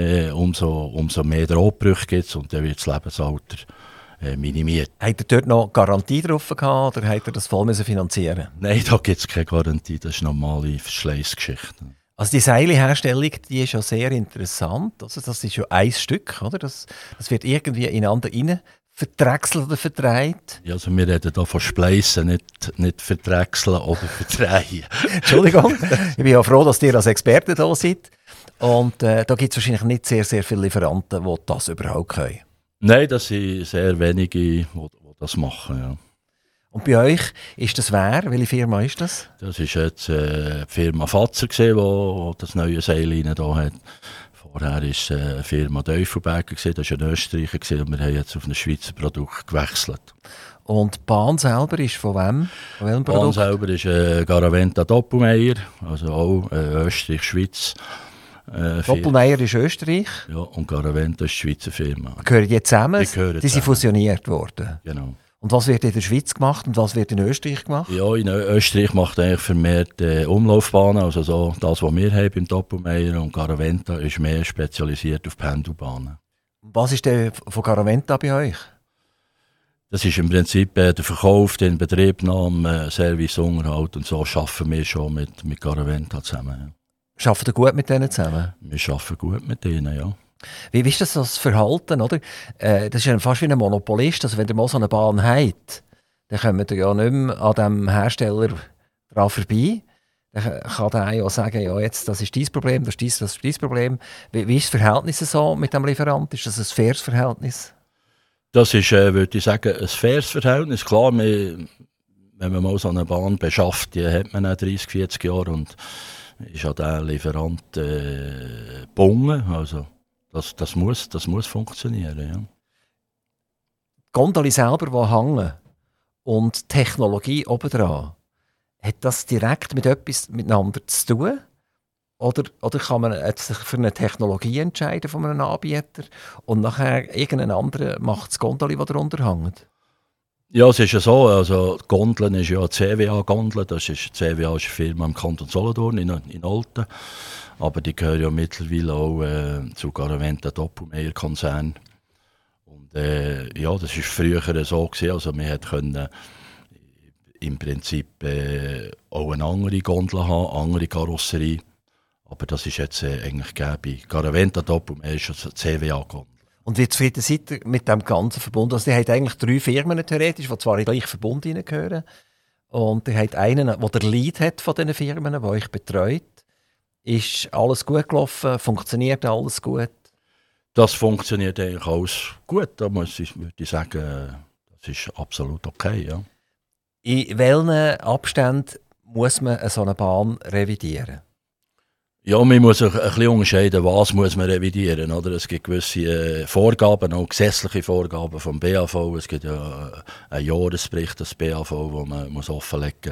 umso mehr Drahtbrüche gibt es und dann wird das Lebensalter minimiert. Hat er dort noch Garantie drauf gehabt oder hat er das voll finanzieren? Nein, da gibt es keine Garantie, das ist eine normale Verschleißgeschichte. Also die Seilherstellung, die ist ja sehr interessant. Also das ist ja ein Stück, oder? Das wird irgendwie ineinander rein verdrechselt oder verdreht. Ja, also wir reden hier von Spleissen, nicht verdrechseln oder verdrehen. Entschuldigung, ich bin ja froh, dass ihr als Experte da seid. Und da gibt es wahrscheinlich nicht sehr, sehr viele Lieferanten, die das überhaupt können. Nein, das sind sehr wenige, die das machen, ja. Und bei euch ist das wer? Welche Firma ist das? Das ist jetzt die Firma Fatzer, die das neue Seil rein da hat. Vorher war es eine Firma Teufelberger, das war ein Österreicher und wir haben jetzt auf ein Schweizer Produkt gewechselt. Und die Bahn selber ist von wem? Von welchem Produkt? Die Bahn selber ist Garaventa Doppelmayr, also auch Österreich-Schweiz. Doppelmayr ist Österreich. Ja, und Garaventa ist die Schweizer Firma. Gehören die zusammen? Die sind fusioniert worden. Genau. Und was wird in der Schweiz gemacht und was wird in Österreich gemacht? Ja, in Österreich macht eigentlich vermehrt Umlaufbahnen, also so das, was wir haben im Doppelmayr, und Garaventa ist mehr spezialisiert auf Pendelbahnen. Was ist denn von Garaventa bei euch? Das ist im Prinzip der Verkauf, den Betriebnahme, Service, Unterhalt und so arbeiten wir schon mit Garaventa zusammen. Ja. Arbeitet ihr gut mit denen zusammen? Wir arbeiten gut mit denen, ja. Wie ist das Verhalten, oder? Das ist ja fast wie ein Monopolist. Also wenn ihr mal so eine Bahn habt, dann kommt ihr ja nicht mehr an dem Hersteller dran vorbei. Dann kann der ja sagen, ja, jetzt, das ist dein Problem, das ist dein Problem. Wie ist das Verhältnis so mit dem Lieferant? Ist das ein faires Verhältnis? Das ist, würde ich sagen, ein faires Verhältnis. Klar, wenn man mal so eine Bahn beschafft, die hat man auch 30, 40 Jahre und ist an diesen Lieferant gebunden. Also, das muss funktionieren. Ja. Gondeli selber, die hängen und die Technologie obendran, hat das direkt mit etwas miteinander zu tun? Oder kann man sich für eine Technologie entscheiden von einem Anbieter und nachher irgendein anderer macht das Gondeli, das darunter hängt? Ja, es ist ja so, also die Gondeln ist ja CWA-Gondel, das ist CWA ist eine Firma im Kanton Solothurn in Olten, aber die gehören ja mittlerweile auch zu Garaventa Doppelmayr-Konzern. Und ja, das war früher so gewesen, also wir konnten im Prinzip auch eine andere Gondel haben, eine andere Karosserie, aber das ist jetzt eigentlich gäbe. Garaventa Doppelmayr ist eine CWA-Gondel. Und wie zufrieden seid ihr mit dem ganzen Verbund? Also, ihr habt eigentlich 3 Firmen theoretisch, die zwar in den gleichen Verbund hineingehören. Und ihr habt einen, der der Lead hat von diesen Firmen, der euch betreut. Ist alles gut gelaufen? Funktioniert alles gut? Das funktioniert eigentlich alles gut. Da würde ich sagen, das ist absolut okay. Ja. In welchen Abständen muss man so eine Bahn revidieren? Ja, man muss ein bisschen unterscheiden, was muss man revidieren. Oder? Es gibt gewisse Vorgaben, auch gesetzliche Vorgaben vom BAV. Es gibt ja einen Jahresbericht des BAV, wo man muss offenlegen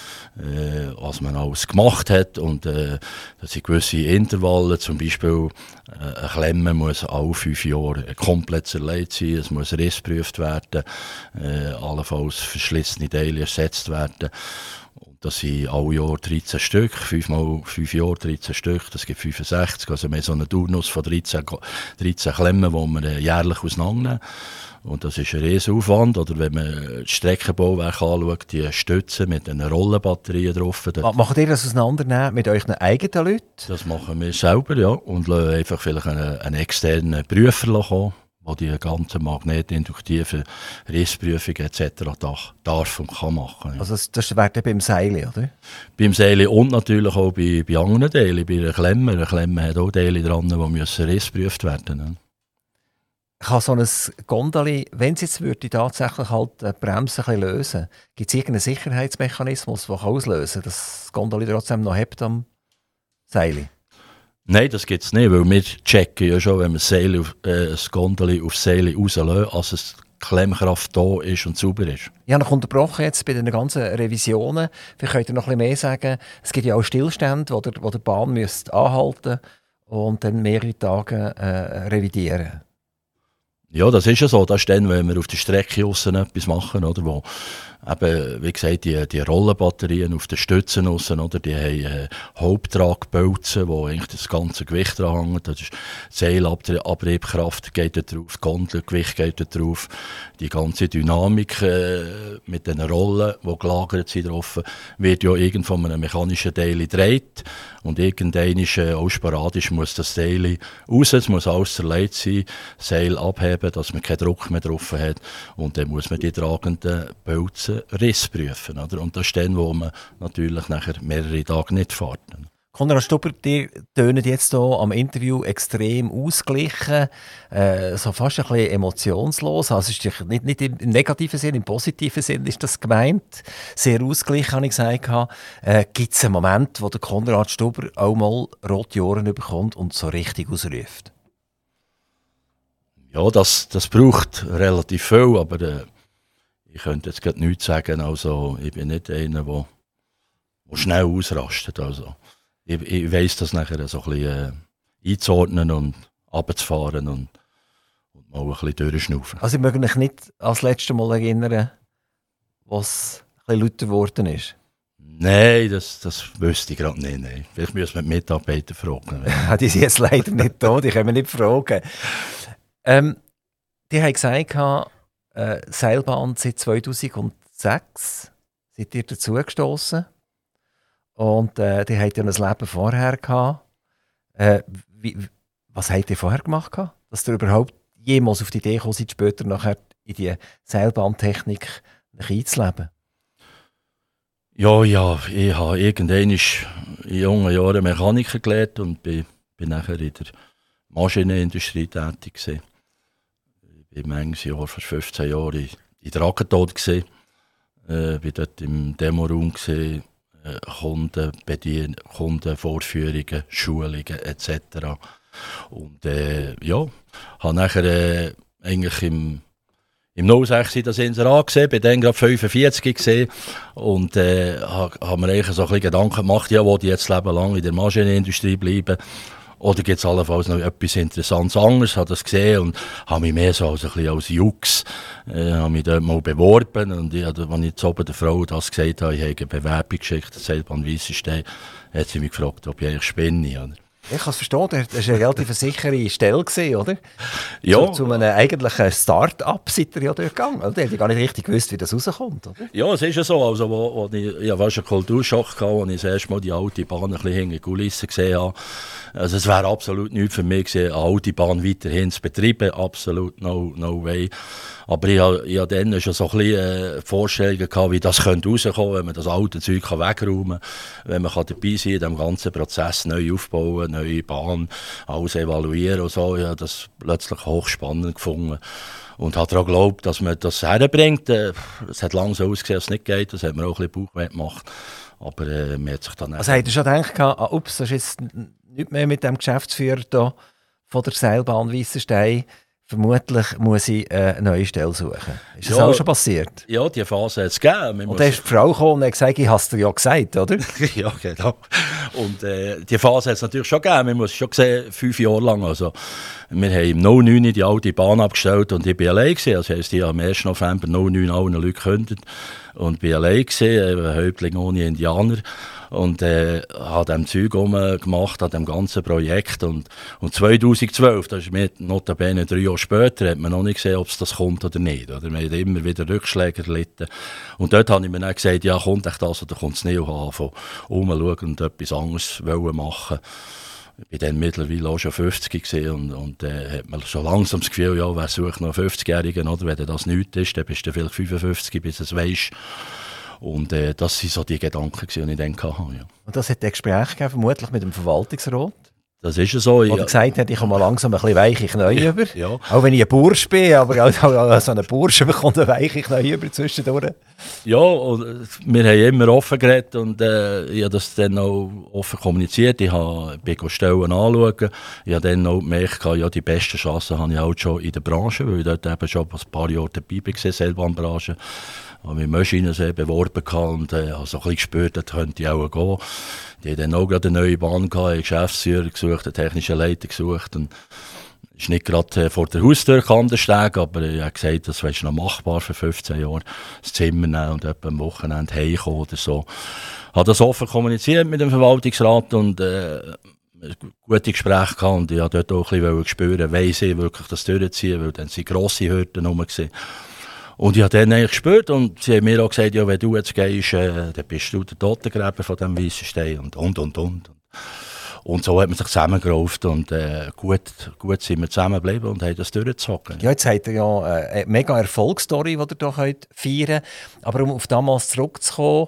muss, was man alles gemacht hat. Und das sind gewisse Intervalle. Zum Beispiel eine Klemme muss alle 5 Jahre komplett zerlegt sein. Es muss rissgeprüft werden. Allenfalls verschlissene Teile ersetzt werden. Das sind alle Jahr 13 Stück, 5 mal 5 Jahre 13 Stück, das gibt 65. Also wir haben so einen Turnus von 13 Klemmen, die wir jährlich auseinandernehmen. Und das ist ein Riesenaufwand. Oder wenn man das Streckenbauwerk anschaut, die Stützen mit einer Rollenbatterie drauf. Macht ihr das auseinandernehmen mit euren eigenen Leuten? Das machen wir selber, ja. Und lassen einfach vielleicht einen externen Prüfer kommen, der die ganzen magnetinduktiven Rissprüfungen etc. darf und kann machen. Ja. Also das wäre dann beim Seil, oder? Beim Seil und natürlich auch bei anderen Teilen, bei einer Klemme. Eine Klemme hat auch Teile dran, die müssen rissprüft werden. Ja. Kann so ein Gondeli, wenn es jetzt würde, tatsächlich halt die Bremse ein bisschen lösen, gibt es irgendeinen Sicherheitsmechanismus, der auslösen kann, dass das Gondeli trotzdem noch hebt am Seil? Nein, das gibt es nicht, weil wir checken ja schon, wenn wir das Gondeli aufs Seil rauslassen, dass es Klemmkraft da ist und sauber ist. Ich habe noch unterbrochen jetzt bei den ganzen Revisionen. Vielleicht könnt ihr noch ein bisschen mehr sagen. Es gibt ja auch Stillstände, wo der Bahn müsst anhalten und dann mehrere Tage revidieren. Ja, das ist ja so. Das ist dann, wenn wir auf der Strecke aussen etwas machen, oder, wo eben, wie gesagt, die Rollenbatterien auf den Stützen aussen, oder, die haben Haupttragbölzen, wo eigentlich das ganze Gewicht dran hängt. Das ist Seilabriebkraft geht da drauf, das Gondelgewicht geht da drauf. Die ganze Dynamik mit den Rollen, die gelagert sind drauf, wird ja irgend von einem mechanischen Teil gedreht. Und irgendwann auch sporadisch muss das Teil raus, es muss alles zerlegt sein, Seil abheben, dass man keinen Druck mehr drauf hat. Und dann muss man die tragenden Bölzen rissprüfen. Oder? Und das ist dann, wo man natürlich nachher mehrere Tage nicht fährt. Konrad Stuber, die tönen jetzt hier am Interview extrem ausgeglichen, so fast ein bisschen emotionslos. Also ist nicht im negativen Sinn, im positiven Sinn ist das gemeint. Sehr ausgeglichen, habe ich gesagt. Gibt es einen Moment, wo der Konrad Stuber auch mal rote Ohren bekommt und so richtig ausruft? Ja, das braucht relativ viel, aber ich könnte jetzt gerade nichts sagen. Also, ich bin nicht einer, der schnell ausrastet. Also. Ich weiss das nachher so ein bisschen einzuordnen und runterzufahren und mal ein bisschen durchschnaufen. Also ich möchte mich nicht an das letzte Mal erinnern, was ein bisschen lauter geworden ist? Nein, das wüsste ich gerade nicht. Nein. Vielleicht müssen wir die Mitarbeiter fragen. Die sind jetzt leider nicht da, die können wir nicht fragen. Die haben gesagt, Seilbahn seit 2006 seid ihr dazugestossen. Und die hatten ja ein Leben vorher gehabt. Was habt ihr vorher gemacht? Dass ihr überhaupt jemals auf die Idee gekommen seid, später nachher in die Seilbahntechnik einzuleben? Ja, ich habe irgendwann in jungen Jahren Mechaniker gelernt und bin nachher in der Maschinenindustrie tätig gewesen. Ich war manches Jahr, fast 15 Jahre in der Agentur gewesen. War dort im Demoraum gewesen. Kundenvorführungen, Schulungen etc. Und habe nachher eigentlich im im 06 das Inserat gesehen, bin dann gerade 45 gesehen und habe mir eigentlich so ein bisschen Gedanken gemacht, ja, will ich jetzt Leben lang in der Maschinenindustrie bleiben oder gibt es allenfalls noch etwas Interessantes anderes, habe das gesehen und habe mich mehr so als, ein bisschen als Jux habe mich dort mal beworben und als ich zu oben der Frau das gesagt habe, ich habe eine Bewerbung geschickt, das Seilbahn Weissenstein, hat sie mich gefragt, ob ich eigentlich spinne, oder? Ich kann es verstehen, das war eine relativ sichere Stelle, gewesen, oder? Ja. Zu einem eigentlichen Start-up seid ihr ja dort gegangen. Oder? Ich gar nicht richtig gewusst, wie das rauskommt, oder? Ja, es ist ja so. Also, wo ich fast einen Kulturschock hatte, als ich das erste Mal die alte Bahn ein bisschen hinter den Kulissen gesehen habe. Also, es wäre absolut nichts für mich gewesen, eine alte Bahn weiterhin zu betreiben. Absolut no way. Aber ich hatte dann schon so ein bisschen Vorstellungen gehabt, wie das könnte rauskommen, wenn man das alte Zeug wegräumen kann, wenn man dabei sein kann, in diesem ganzen Prozess neu aufbauen, neue Bahn, alles evaluieren und so. Ich habe das plötzlich hochspannend gefunden. Und habe daran geglaubt, dass man das herbringt. Es hat lange so ausgesehen, dass es nicht geht. Das hat mir auch ein bisschen Bauchweh gemacht. Aber man hat sich dann... Also habt ihr schon gedacht, ups, das ist jetzt nicht mehr mit dem Geschäftsführer da von der Seilbahn Weissenstein. Vermutlich muss ich eine neue Stelle suchen. Ist das auch schon passiert? Ja, die Phase hat es gegeben. Und dann ist die Frau gekommen und hat gesagt, ich habe es dir ja gesagt, oder? Ja, genau. Und die Phase hat es natürlich schon gegeben. Man muss schon sehen, 5 Jahre lang. Also, wir haben im 09 die alte Bahn abgestellt und ich war allein gewesen. Das heisst, ich habe am 1. November 09 allen Leuten gekündigt und bin allein gewesen, ein Häuptling ohne Indianer. Und habe dem Zeug gemacht, an dem ganzen Projekt. Und 2012, das ist mir notabene 3 Jahre später, hat man noch nicht gesehen, ob es das kommt oder nicht. Oder? Wir haben immer wieder Rückschläge erlitten. Und dort habe ich mir dann gesagt, ja, kommt echt das oder kommt es nicht? Und habe angefangen, umschauen und etwas anderes machen. Ich war dann mittlerweile auch schon 50 gewesen und hat man schon langsam das Gefühl, ja, wer sucht noch einen 50-Jährigen, oder? Wenn das nichts ist, dann bist du vielleicht 55, bis du es weisst. Und das waren so die Gedanken, die ich dann hatte. Ja. Und das hat ein Gespräch gegeben, vermutlich mit dem Verwaltungsrat? Das ist ja so. Wo er gesagt hat, ich komme langsam ein bisschen weiche Knie über. Ja. Auch wenn ich ein Bursch bin, aber auch so ein Bursche bekommt eine weiche Knie über zwischendurch. Ja, und wir haben immer offen geredet und ich habe das dann auch offen kommuniziert. Ich bin Stellen anschauen. Ich habe dann auch gemerkt, ja, die besten Chancen habe ich auch schon in der Branche, weil ich dort eben schon ein paar Jahre dabei war, Seilbahnbranche. Ich habe mich Maschinen sehr beworben und habe so ein bisschen gespürt, das könnte ich auch gehen. Die haben dann auch gerade eine neue Bahn gehabt, einen Geschäftsführer gesucht, einen technischen Leiter gesucht. Und ist nicht gerade vor der Haustür Kandersteg, aber ich habe gesagt, das wäre noch machbar für 15 Jahre. Das Zimmer nehmen und etwa am Wochenende heimkommen oder so. Ich habe das offen kommuniziert mit dem Verwaltungsrat und gute Gespräche gehabt. Und ich habe dort auch ein bisschen spüren, weiss ich wirklich das durchziehen, weil dann sind grosse Hürden rum gewesen. Und ich habe dann eigentlich gespürt und sie haben mir auch gesagt, ja, wenn du jetzt gehst, dann bist du der Totengräber von diesem Weissenstein und. Und so hat man sich zusammengerauft und gut sind wir zusammengeblieben und haben das durchgezogen. Ja, jetzt habt ihr ja eine mega Erfolgsstory, die ihr hier feiern könnt. Aber um auf damals zurückzukommen,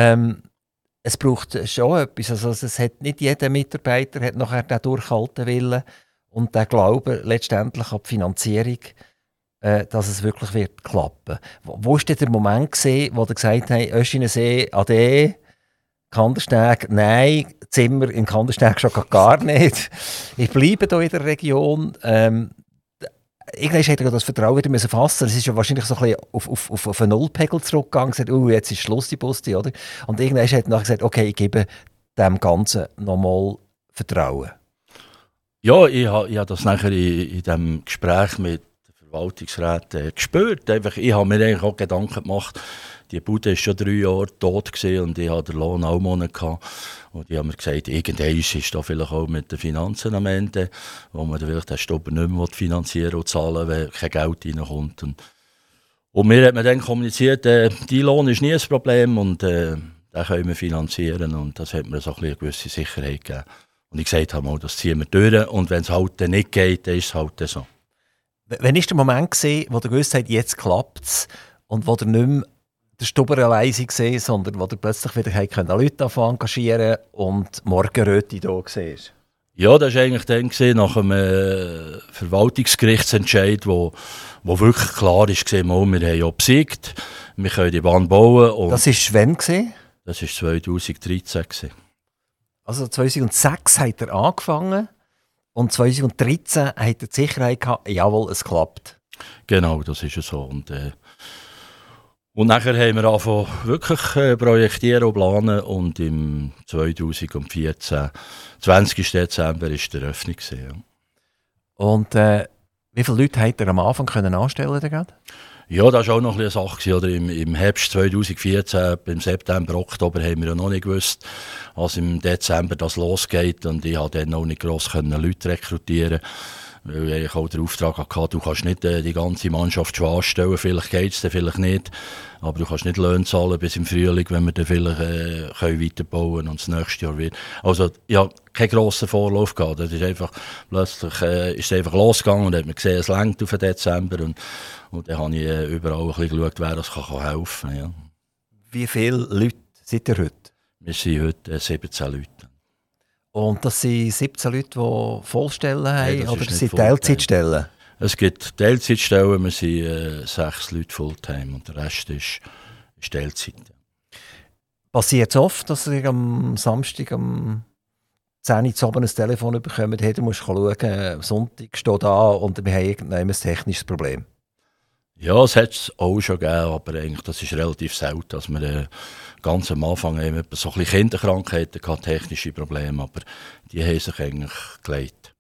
es braucht schon etwas. Also es hat nicht jeder Mitarbeiter hat nachher den durchhalten Willen und den Glauben letztendlich an die Finanzierung, dass es wirklich wird klappen. Wo war denn der Moment gewesen, wo ihr gesagt habt, Öschinensee, Ade, Kandersteg, nein, Zimmer in Kandersteg schon gar nicht. Ich bleibe hier in der Region. Irgendwann hat er das Vertrauen wieder fassen. Es ist ja wahrscheinlich so ein bisschen auf einen Nullpegel zurückgegangen. Gesagt, jetzt ist Schluss, die Busti, oder? Und irgendwann hat er nachher gesagt, okay, ich gebe dem Ganzen nochmal Vertrauen. Ja, ich habe das nachher in diesem Gespräch mit Verwaltungsräten gespürt. Einfach, ich habe mir eigentlich auch Gedanken gemacht, die Bude war schon 3 Jahre tot und ich hatte den Lohn auch Monate gehabt. Und ich habe mir gesagt, irgendwann ist da vielleicht auch mit den Finanzen am Ende, wo man vielleicht den Stubber nicht mehr finanzieren und zahlen, wenn kein Geld reinkommt. Und mir hat man dann kommuniziert, die Lohn ist nie ein Problem und den können wir finanzieren. Und das hat mir so eine gewisse Sicherheit gegeben. Und ich gesagt habe, das ziehen wir durch und wenn es halt nicht geht, dann ist es halt so. Wann war der Moment gewesen, wo du gewusst hast, jetzt klappt es und wo du nicht mehr der Stubber allein war, sondern wo du plötzlich wieder Leute engagieren und Morgenröte da warst? Ja, das war eigentlich dann nach einem Verwaltungsgerichtsentscheid, wo wirklich klar war, wir haben ja besiegt, wir können die Bahn bauen. Und das war wann? Das war 2013. Also 2006 hat er angefangen und 2013 hat er die Sicherheit gehabt, jawohl, es klappt. Genau, das ist es so. Und nachher haben wir angefangen, wirklich projektieren und planen. Und im 2014, 20. Dezember, war die Eröffnung. Ja. Und wie viele Leute habt ihr am Anfang können anstellen können? Ja, das war auch noch eine Sache. Oder im Herbst 2014, im September, Oktober, haben wir ja noch nicht gewusst, als im Dezember das losgeht. Und ich konnte dann noch nicht gross Leute rekrutieren. Weil ich auch den Auftrag hatte, du kannst nicht die ganze Mannschaft schon anstellen, vielleicht geht es dann, vielleicht nicht. Aber du kannst nicht Löhne zahlen bis im Frühling, wenn wir dann vielleicht können weiterbauen und das nächste Jahr wird. Also ja, keinen grossen Vorlauf gehabt. Das ist einfach, plötzlich ist es einfach losgegangen und hat man gesehen, es reicht auf den Dezember. Und dann habe ich überall ein bisschen geschaut, wer das kann helfen kann. Ja. Wie viele Leute seid ihr heute? Wir sind heute 17 Leute. Und das sind 17 Leute, die Vollstellen haben, Nein, oder das sind Teilzeitstellen? Es gibt Teilzeitstellen, wir sind 6 Leute Fulltime und der Rest ist Teilzeit. Passiert es oft, dass ihr am Samstag um 10 Uhr zu oben ein Telefon bekommt, hey, du musst schauen, Sonntag steht da und wir haben irgendein technisches Problem? Ja, es hat es auch schon gegeben, aber eigentlich, das ist relativ selten, dass wir ganz am Anfang haben so ein bisschen Kinderkrankheiten gehabt, technische Probleme, aber die haben sich eigentlich gelegt.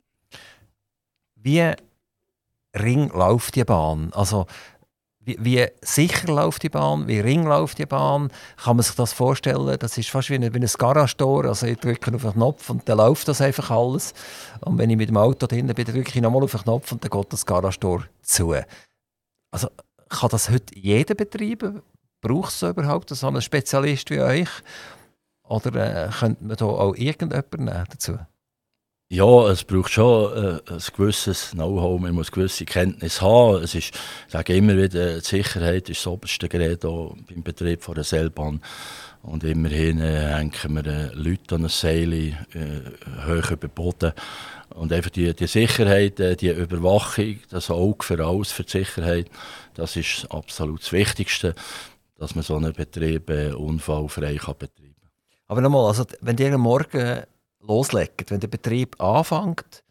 Wie ring läuft die Bahn? Also, wie sicher läuft die Bahn? Wie ring läuft die Bahn? Kann man sich das vorstellen? Das ist fast wie ein Garage-Tor. Also ich drücke auf den Knopf und dann läuft das einfach alles. Und wenn ich mit dem Auto drinnen bin, dann drücke ich nochmal auf den Knopf und dann geht das Garage-Tor zu. Also kann das heute jeder betreiben? Braucht es überhaupt so einen Spezialist wie euch? Oder könnte man da auch irgendjemanden nehmen dazu? Ja, es braucht schon ein gewisses Know-how, man muss gewisse Kenntnis haben. Es ist, ich sage immer wieder, die Sicherheit ist das oberste Gerät beim Betrieb von der Seilbahn. Und immerhin hängen wir Leute an ein Seil hoch über den Boden. Und einfach die Sicherheit, die Überwachung, das Auge für alles, für die Sicherheit, das ist absolut das Wichtigste, dass man so einen Betrieb unfallfrei betreiben kann. Aber nochmal, also wenn ihr am Morgen loslegt, wenn der Betrieb anfängt,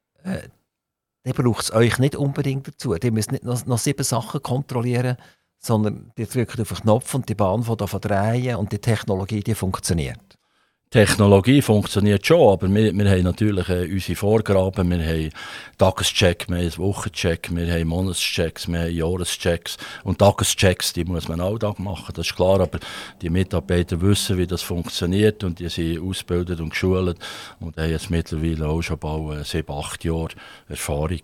dann braucht es euch nicht unbedingt dazu. Ihr müsst nicht noch 7 Sachen kontrollieren, sondern ihr drückt auf den Knopf und die Bahn fängt an zu drehen und die Technologie, die funktioniert. Technologie funktioniert schon, aber wir haben natürlich unsere Vorgaben, wir haben Tagescheck, wir haben Wochencheck, wir haben Monatschecks, wir haben Jahreschecks und Tageschecks, die muss man alltag machen, das ist klar, aber die Mitarbeiter wissen, wie das funktioniert und die sind ausgebildet und geschult und haben jetzt mittlerweile auch schon bald 7-8 Jahre Erfahrung.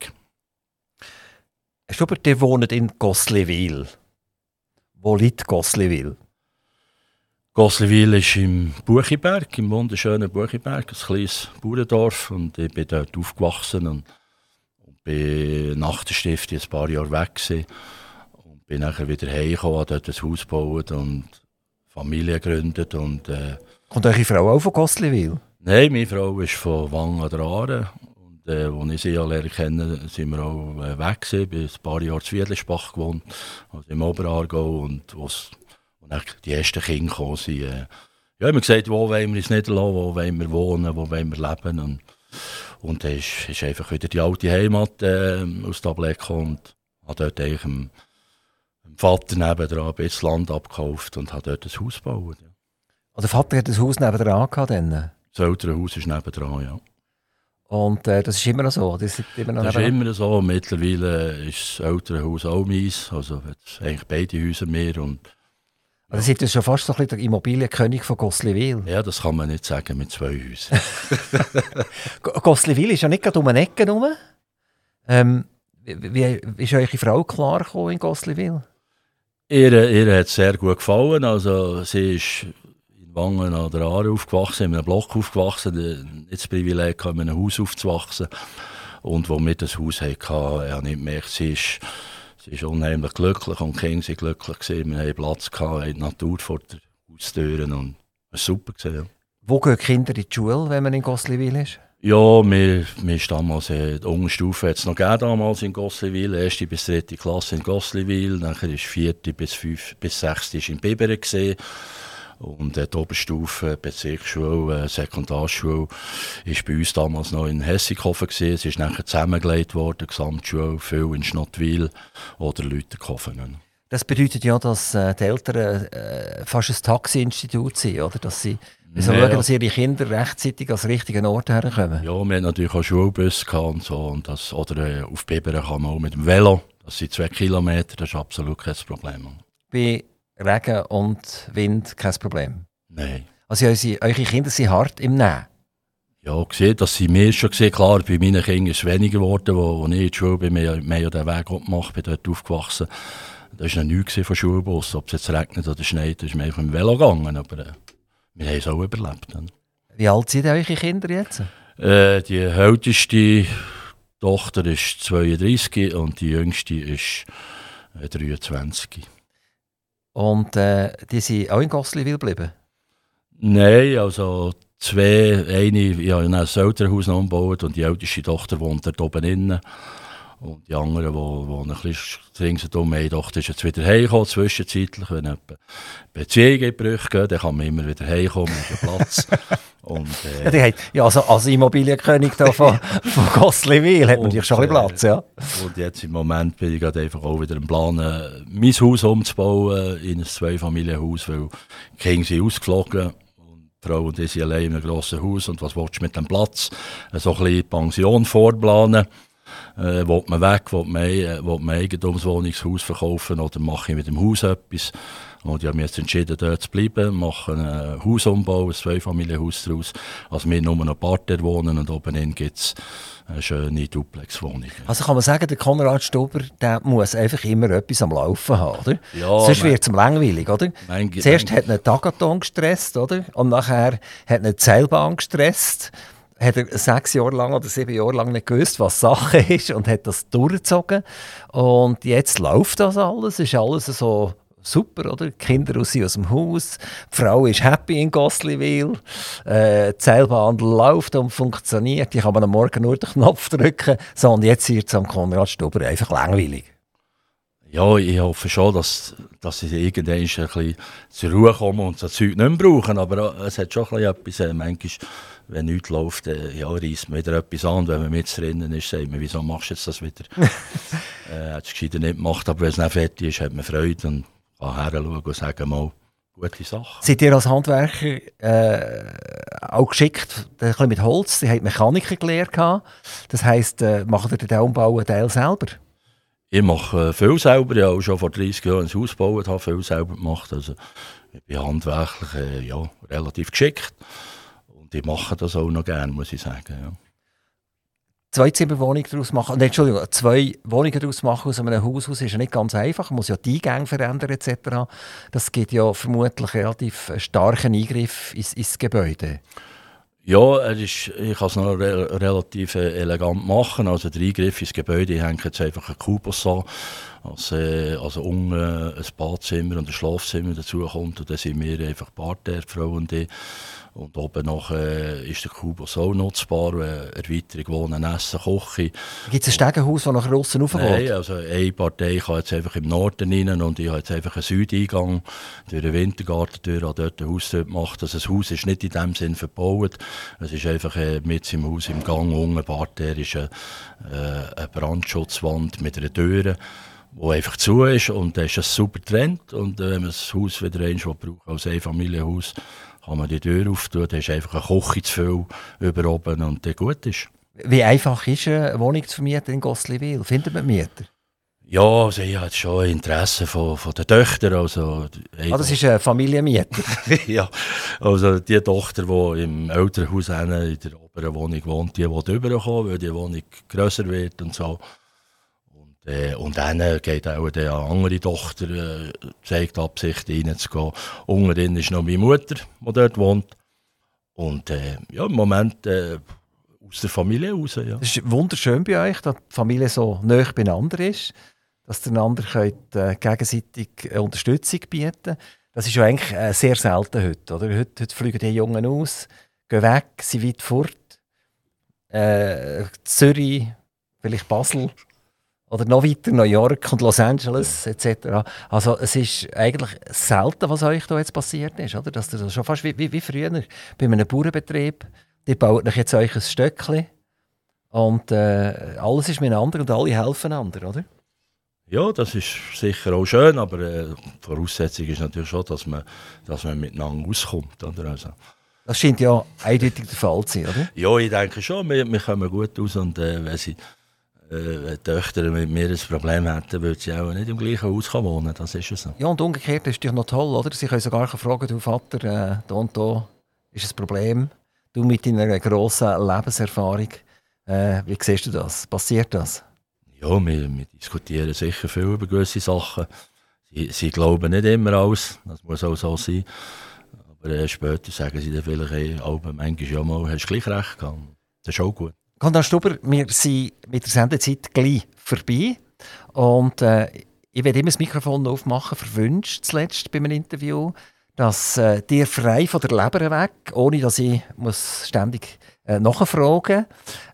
Schubert, ihr wohnt in Gosliwil. Wo liegt Gosliwil? Gosliwil ist im Buchiberg, im wunderschönen Buchiberg, ein kleines Bauerndorf. Und ich bin dort aufgewachsen und bin nach der Stiftung ein paar Jahre weg gewesen. Und bin nachher wieder heimgekommen, habe dort ein Haus gebaut und Familie gegründet. Und, kommt eure Frau auch von Gosliwil? Nein, meine Frau ist von Wang an der Aare. Und als ich sie lernen kenne, sind wir auch weg gewesen. Ich bin ein paar Jahre in Wiedlisbach gewohnt, also im Oberaargau. Und dann die ersten Kinder kamen, ja, haben wir gesagt, wo wollen wir uns niederlassen, wo wollen wir wohnen, wo wollen wir leben. Und dann ist einfach wieder die alte Heimat aus der Ableck gekommen und habe dort eigentlich dem Vater nebenan ein bisschen Land abgekauft und habe dort ein Haus gebaut. Ja. Also der Vater hat ein Haus nebenan gehabt? Dann? Das ältere Haus ist nebenan, ja. Und das ist immer noch so? Das ist immer so. Mittlerweile ist das ältere Haus auch meins. Also jetzt eigentlich beide Häuser mehr. Also seid ihr schon fast so ein bisschen der Immobilienkönig von Gosliwil? Ja, das kann man nicht sagen mit 2 Häusern. Gosliwil ist ja nicht gerade um eine Ecke herum. Wie ist eure Frau klar gekommen in Gosliwil? Ihr hat es sehr gut gefallen. Also, sie ist in Wangen an der Aare aufgewachsen, in einem Block aufgewachsen, nicht das Privileg, in einem Haus aufzuwachsen. Und als wir das Haus hatten, habe ich gemerkt, sie ist unheimlich glücklich und die Kinder waren glücklich gewesen. Wir hatten Platz, hatten die Natur vor den Haustüren und es war super gewesen, ja. Wo gehen die Kinder in die Schule, wenn man in Gosliwil ist? Ja, wir damals, die Unterstufe hat es noch gegeben damals in Gosliwil, 1. bis 3. Klasse in Gosliwil, dann war 4. bis 6. in Biberen gewesen. Und die Oberstufe, Bezirksschule, Sekundarschule, war bei uns damals noch in Hessighofen gewesen. Es ist nachher zusammengelegt worden, Gesamtschule, viel in Schnottwil oder Lütherkofen. Das bedeutet ja, dass die Eltern fast ein Taxi-Institut sind, oder? Dass sie schauen, dass ihre Kinder rechtzeitig an den richtigen Ort herkommen. Ja, wir hatten natürlich auch Schulbus und so. Und das, oder auf Biberen kann man auch mit dem Velo. Das sind 2 Kilometer, das ist absolut kein Problem. Bei Regen und Wind kein Problem? Nein. Also eure Kinder sind hart im Nähen? Ja, gesehen, das sind mir schon gesehen. Klar, bei meinen Kindern ist es weniger geworden, wo ich in der Schule bin, mehr den Weg gemacht, bin dort aufgewachsen. Das war noch nichts von Schulbus. Ob es jetzt regnet oder schneit, ist mir einfach im Velo gegangen. Aber wir haben es auch überlebt. Wie alt sind eure Kinder jetzt? Die älteste Tochter ist 32 und die jüngste ist 23. Und die sind auch in Gosliswil geblieben? Nein, also ich habe ein Elternhaus noch umgebaut und die älteste Tochter wohnt dort oben innen. Und die anderen, die ein bisschen ringsherum haben, Tochter ist jetzt wieder heimgekommen, zwischenzeitlich. Wenn eine Beziehung in Brüche geht, dann kann man immer wieder heimkommen, mit dem Platz. Und, als Immobilienkönig da von Gosliswil hat man natürlich schon ein bisschen Platz, ja. Und jetzt im Moment bin ich gerade einfach auch wieder im Plan, mein Haus umzubauen in ein Zweifamilienhaus, weil die Kinder sind ausgeflogen. Die Frau und ich sind allein in einem grossen Haus. Und was willst du mit dem Platz? So ein bisschen Pension vorplanen. Will man weg, will man Eigentumswohnungshaus verkaufen oder mache ich mit dem Haus etwas? Und ich habe mich jetzt entschieden, dort zu bleiben, mache einen Hausumbau, ein Zweifamilienhaus daraus. Also wir nur noch Parterre wohnen und oben gibt es eine schöne Duplexwohnung. Also kann man sagen, der Konrad Stuber, der muss einfach immer etwas am Laufen haben, oder? Ja, sonst wird es ihm langweilig, oder? Zuerst hat er Tagaton gestresst, oder? Und nachher hat er die Seilbahn gestresst. Hat er 6 Jahre lang oder 7 Jahre lang nicht gewusst, was Sache ist und hat das durchgezogen. Und jetzt läuft das alles, ist alles so super, oder? Die Kinder sind aus dem Haus, die Frau ist happy in Gosliswil, die Seilbahn läuft und funktioniert, die kann man am Morgen nur den Knopf drücken. So, und jetzt wird es am Konrad Stuber einfach langweilig. Ja, ich hoffe schon, dass sie irgendwann ein bisschen zur Ruhe kommen und so Zeug nicht mehr brauchen, aber es hat schon ein bisschen etwas, manchmal, wenn nichts läuft, reisst man wieder etwas an. Wenn man mit drinnen ist, sagt man, wieso machst du jetzt das wieder? Hat es gescheiter nicht gemacht, aber wenn es nicht fertig ist, hat man Freude und kann hinschauen und sagen, mal, gute Sache. Seid ihr als Handwerker auch geschickt, ein bisschen mit Holz? Sie haben Mechaniker gelernt. Das heisst, macht ihr den Umbau einen Teil selber? Ich mache viel selber. Ich habe auch schon vor 30 Jahren ein Haus gebaut, habe viel selber gemacht. Also, ich bin handwerklich relativ geschickt. Und ich mache das auch noch gerne, muss ich sagen. Ja. 2 Zimmerwohnungen daraus machen, Entschuldigung, 2 Wohnungen daraus machen aus einem Haus ist ja nicht ganz einfach. Man muss ja die Eingänge verändern etc. Das gibt ja vermutlich relativ starken Eingriff ins Gebäude. Ja, ich kann es noch relativ elegant machen. Also der Eingriff ins Gebäude hängt jetzt einfach ein Kubus an. Also unten ein Badzimmer und ein Schlafzimmer dazu kommt. Und dann sind wir einfach Parterre, die Frau und ich. Und oben noch ist der Kubus auch nutzbar, Erweiterung, Wohnen, Essen, Kochen. Gibt es ein Stegenhaus, das nach aussen raufgeht? Nein, also eine Partei kann jetzt einfach im Norden rein und ich habe jetzt einfach einen Südeingang durch den Wintergarten, habe dort ein Haus gemacht. Also das Haus ist nicht in dem Sinn verbaut. Es ist einfach mit im Haus im Gang unten, Parterre ist eine Brandschutzwand mit einer Tür, die einfach zu ist und da ist es super getrennt. Und wenn man das Haus wieder einmal braucht als Einfamilienhaus, kann man die Tür auftun, da ist einfach eine Küche zu viel über oben und der gut ist. Wie einfach ist eine Wohnung zu vermieten in Gosliswil? Findet man Mieter? Ja, also ich habe schon Interesse von den Töchtern. Also, das ist ein Familienmieter? Ja, also die Tochter, die im Elternhaus in der oberen Wohnung wohnt, die will rüberkommen, weil die Wohnung grösser wird und so. Und dann geht auch eine andere Tochter, zeigt Absicht reinzugehen. Unten drin ist noch meine Mutter, die dort wohnt. Und im Moment aus der Familie raus. Ja. Es ist wunderschön bei euch, dass die Familie so nahe beieinander ist, dass ihr einander gegenseitig Unterstützung bieten könnt. Das ist ja eigentlich sehr selten heute. Oder? Heute fliegen die Jungen aus, gehen weg, sind weit fort. Zürich, vielleicht Basel. Oder noch weiter, New York und Los Angeles etc. Also es ist eigentlich selten, was euch da jetzt passiert ist, oder? Dass das schon fast wie früher bei einem Bauernbetrieb, die bauen euch jetzt euch ein Stöckchen und alles ist miteinander und alle helfen einander, oder? Ja, das ist sicher auch schön, aber die Voraussetzung ist natürlich schon, dass man miteinander auskommt. Oder? Also, Das scheint ja eindeutig der Fall zu sein, oder? ja, ich denke schon, wir kommen gut aus und wenn die Töchter mit mir ein Problem hätten, würde sie auch nicht im gleichen Haus wohnen. Das ist ja so. Ja, und umgekehrt ist natürlich noch toll, oder? Sie können sogar fragen, du Vater, da und da ist ein Problem. Du mit deiner grossen Lebenserfahrung, wie siehst du das? Passiert das? Ja, wir diskutieren sicher viel über gewisse Sachen. Sie glauben nicht immer alles, das muss auch so sein. Aber später sagen sie dann vielleicht, hey, manchmal ja mal, hast du gleich recht gehabt. Das ist auch gut. Konrad Stuber, wir sind mit der Sendezeit gleich vorbei. Und ich werde immer das Mikrofon aufmachen, verwünscht zuletzt bei einem Interview, dass dir frei von der Leber weg, ohne dass ich muss ständig nachfragen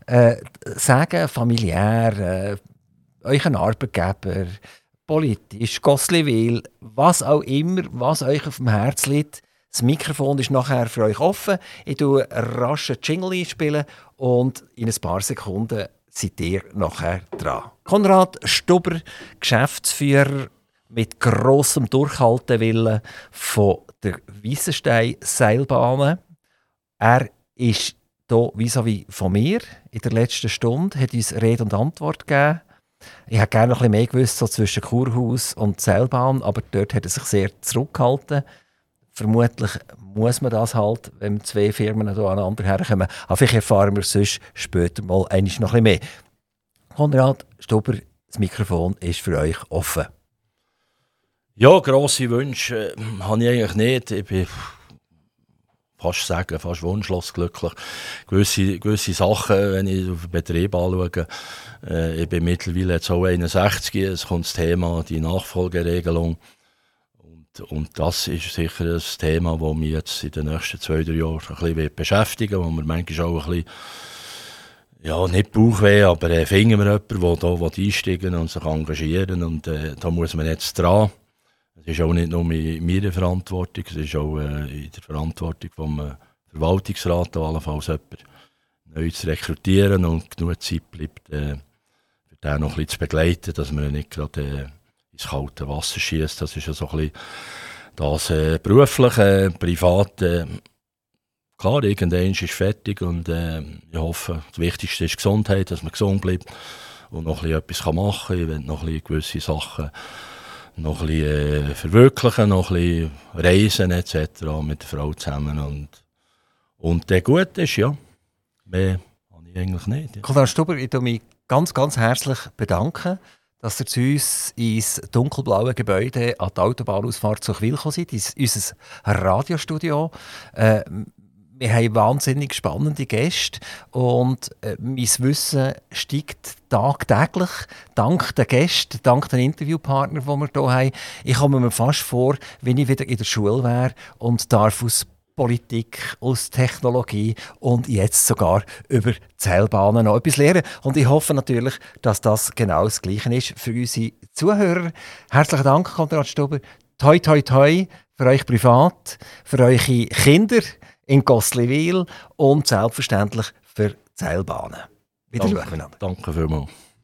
sagen, familiär, euren Arbeitgeber, politisch, Gosliwil, was auch immer, was euch auf dem Herz liegt. Das Mikrofon ist nachher für euch offen. Ich spiele rasch einen Jingle einspielen und in ein paar Sekunden seid ihr nachher dran. Konrad Stuber, Geschäftsführer mit grossem Durchhaltewillen von der Weissenstein-Seilbahnen. Er ist hier vis-à-vis von mir in der letzten Stunde, hat uns Rede und Antwort gegeben. Ich hätte gerne noch ein bisschen mehr gewusst, so zwischen Kurhaus und Seilbahn, aber dort hat er sich sehr zurückgehalten. Vermutlich muss man das halt, wenn zwei Firmen hier aneinander herkommen. Aber vielleicht erfahren wir sonst später mal noch ein bisschen mehr. Konrad Stuber, das Mikrofon ist für euch offen. Ja, grosse Wünsche habe ich eigentlich nicht. Ich bin fast wunschlos glücklich. Gewisse Sachen, wenn ich auf den Betrieb anschaue, ich bin mittlerweile jetzt auch 61, es kommt das Thema, die Nachfolgeregelung. Und das ist sicher ein Thema, das mich jetzt in den nächsten 2-3 Jahren ein bisschen beschäftigen wird, wo wir manchmal auch ein bisschen, ja, nicht Bauchweh, aber finden wir jemanden, der hier einsteigen und sich engagieren und da muss man jetzt dran. Es ist auch nicht nur in meiner Verantwortung, es ist auch in der Verantwortung vom Verwaltungsrat, allenfalls jemanden neu zu rekrutieren und genug Zeit bleibt, für den noch ein bisschen zu begleiten, dass man nicht gerade ins kalte Wasser schießt. Das ist ja so ein bisschen das berufliche, private. Klar, irgendwann ist es fertig und ich hoffe, das Wichtigste ist Gesundheit, dass man gesund bleibt und noch ein bisschen etwas machen kann. Ich will noch ein bisschen gewisse Sachen noch ein bisschen verwirklichen, noch ein bisschen reisen etc. mit der Frau zusammen. Und der gut ist, ja. Mehr habe ich eigentlich nicht. Ja. Konrad Stuber, ich bedanke mich ganz, ganz herzlich bedanken, dass ihr zu uns ins dunkelblaue Gebäude an die Autobahnausfahrt zu Chwil gekommen seid, in unser Radiostudio. Wir haben wahnsinnig spannende Gäste und mein Wissen steigt tagtäglich dank den Gästen, dank den Interviewpartnern, die wir hier haben. Ich komme mir fast vor, wenn ich wieder in der Schule wäre und darf aus Politik, aus Technologie und jetzt sogar über Seilbahnen noch etwas lernen. Und ich hoffe natürlich, dass das genau das Gleiche ist für unsere Zuhörer. Herzlichen Dank, Konrad Stuber. Toi, toi, toi für euch privat, für eure Kinder in Gosliwil und selbstverständlich für die Seilbahnen. Wiedersehen. Danke vielmals.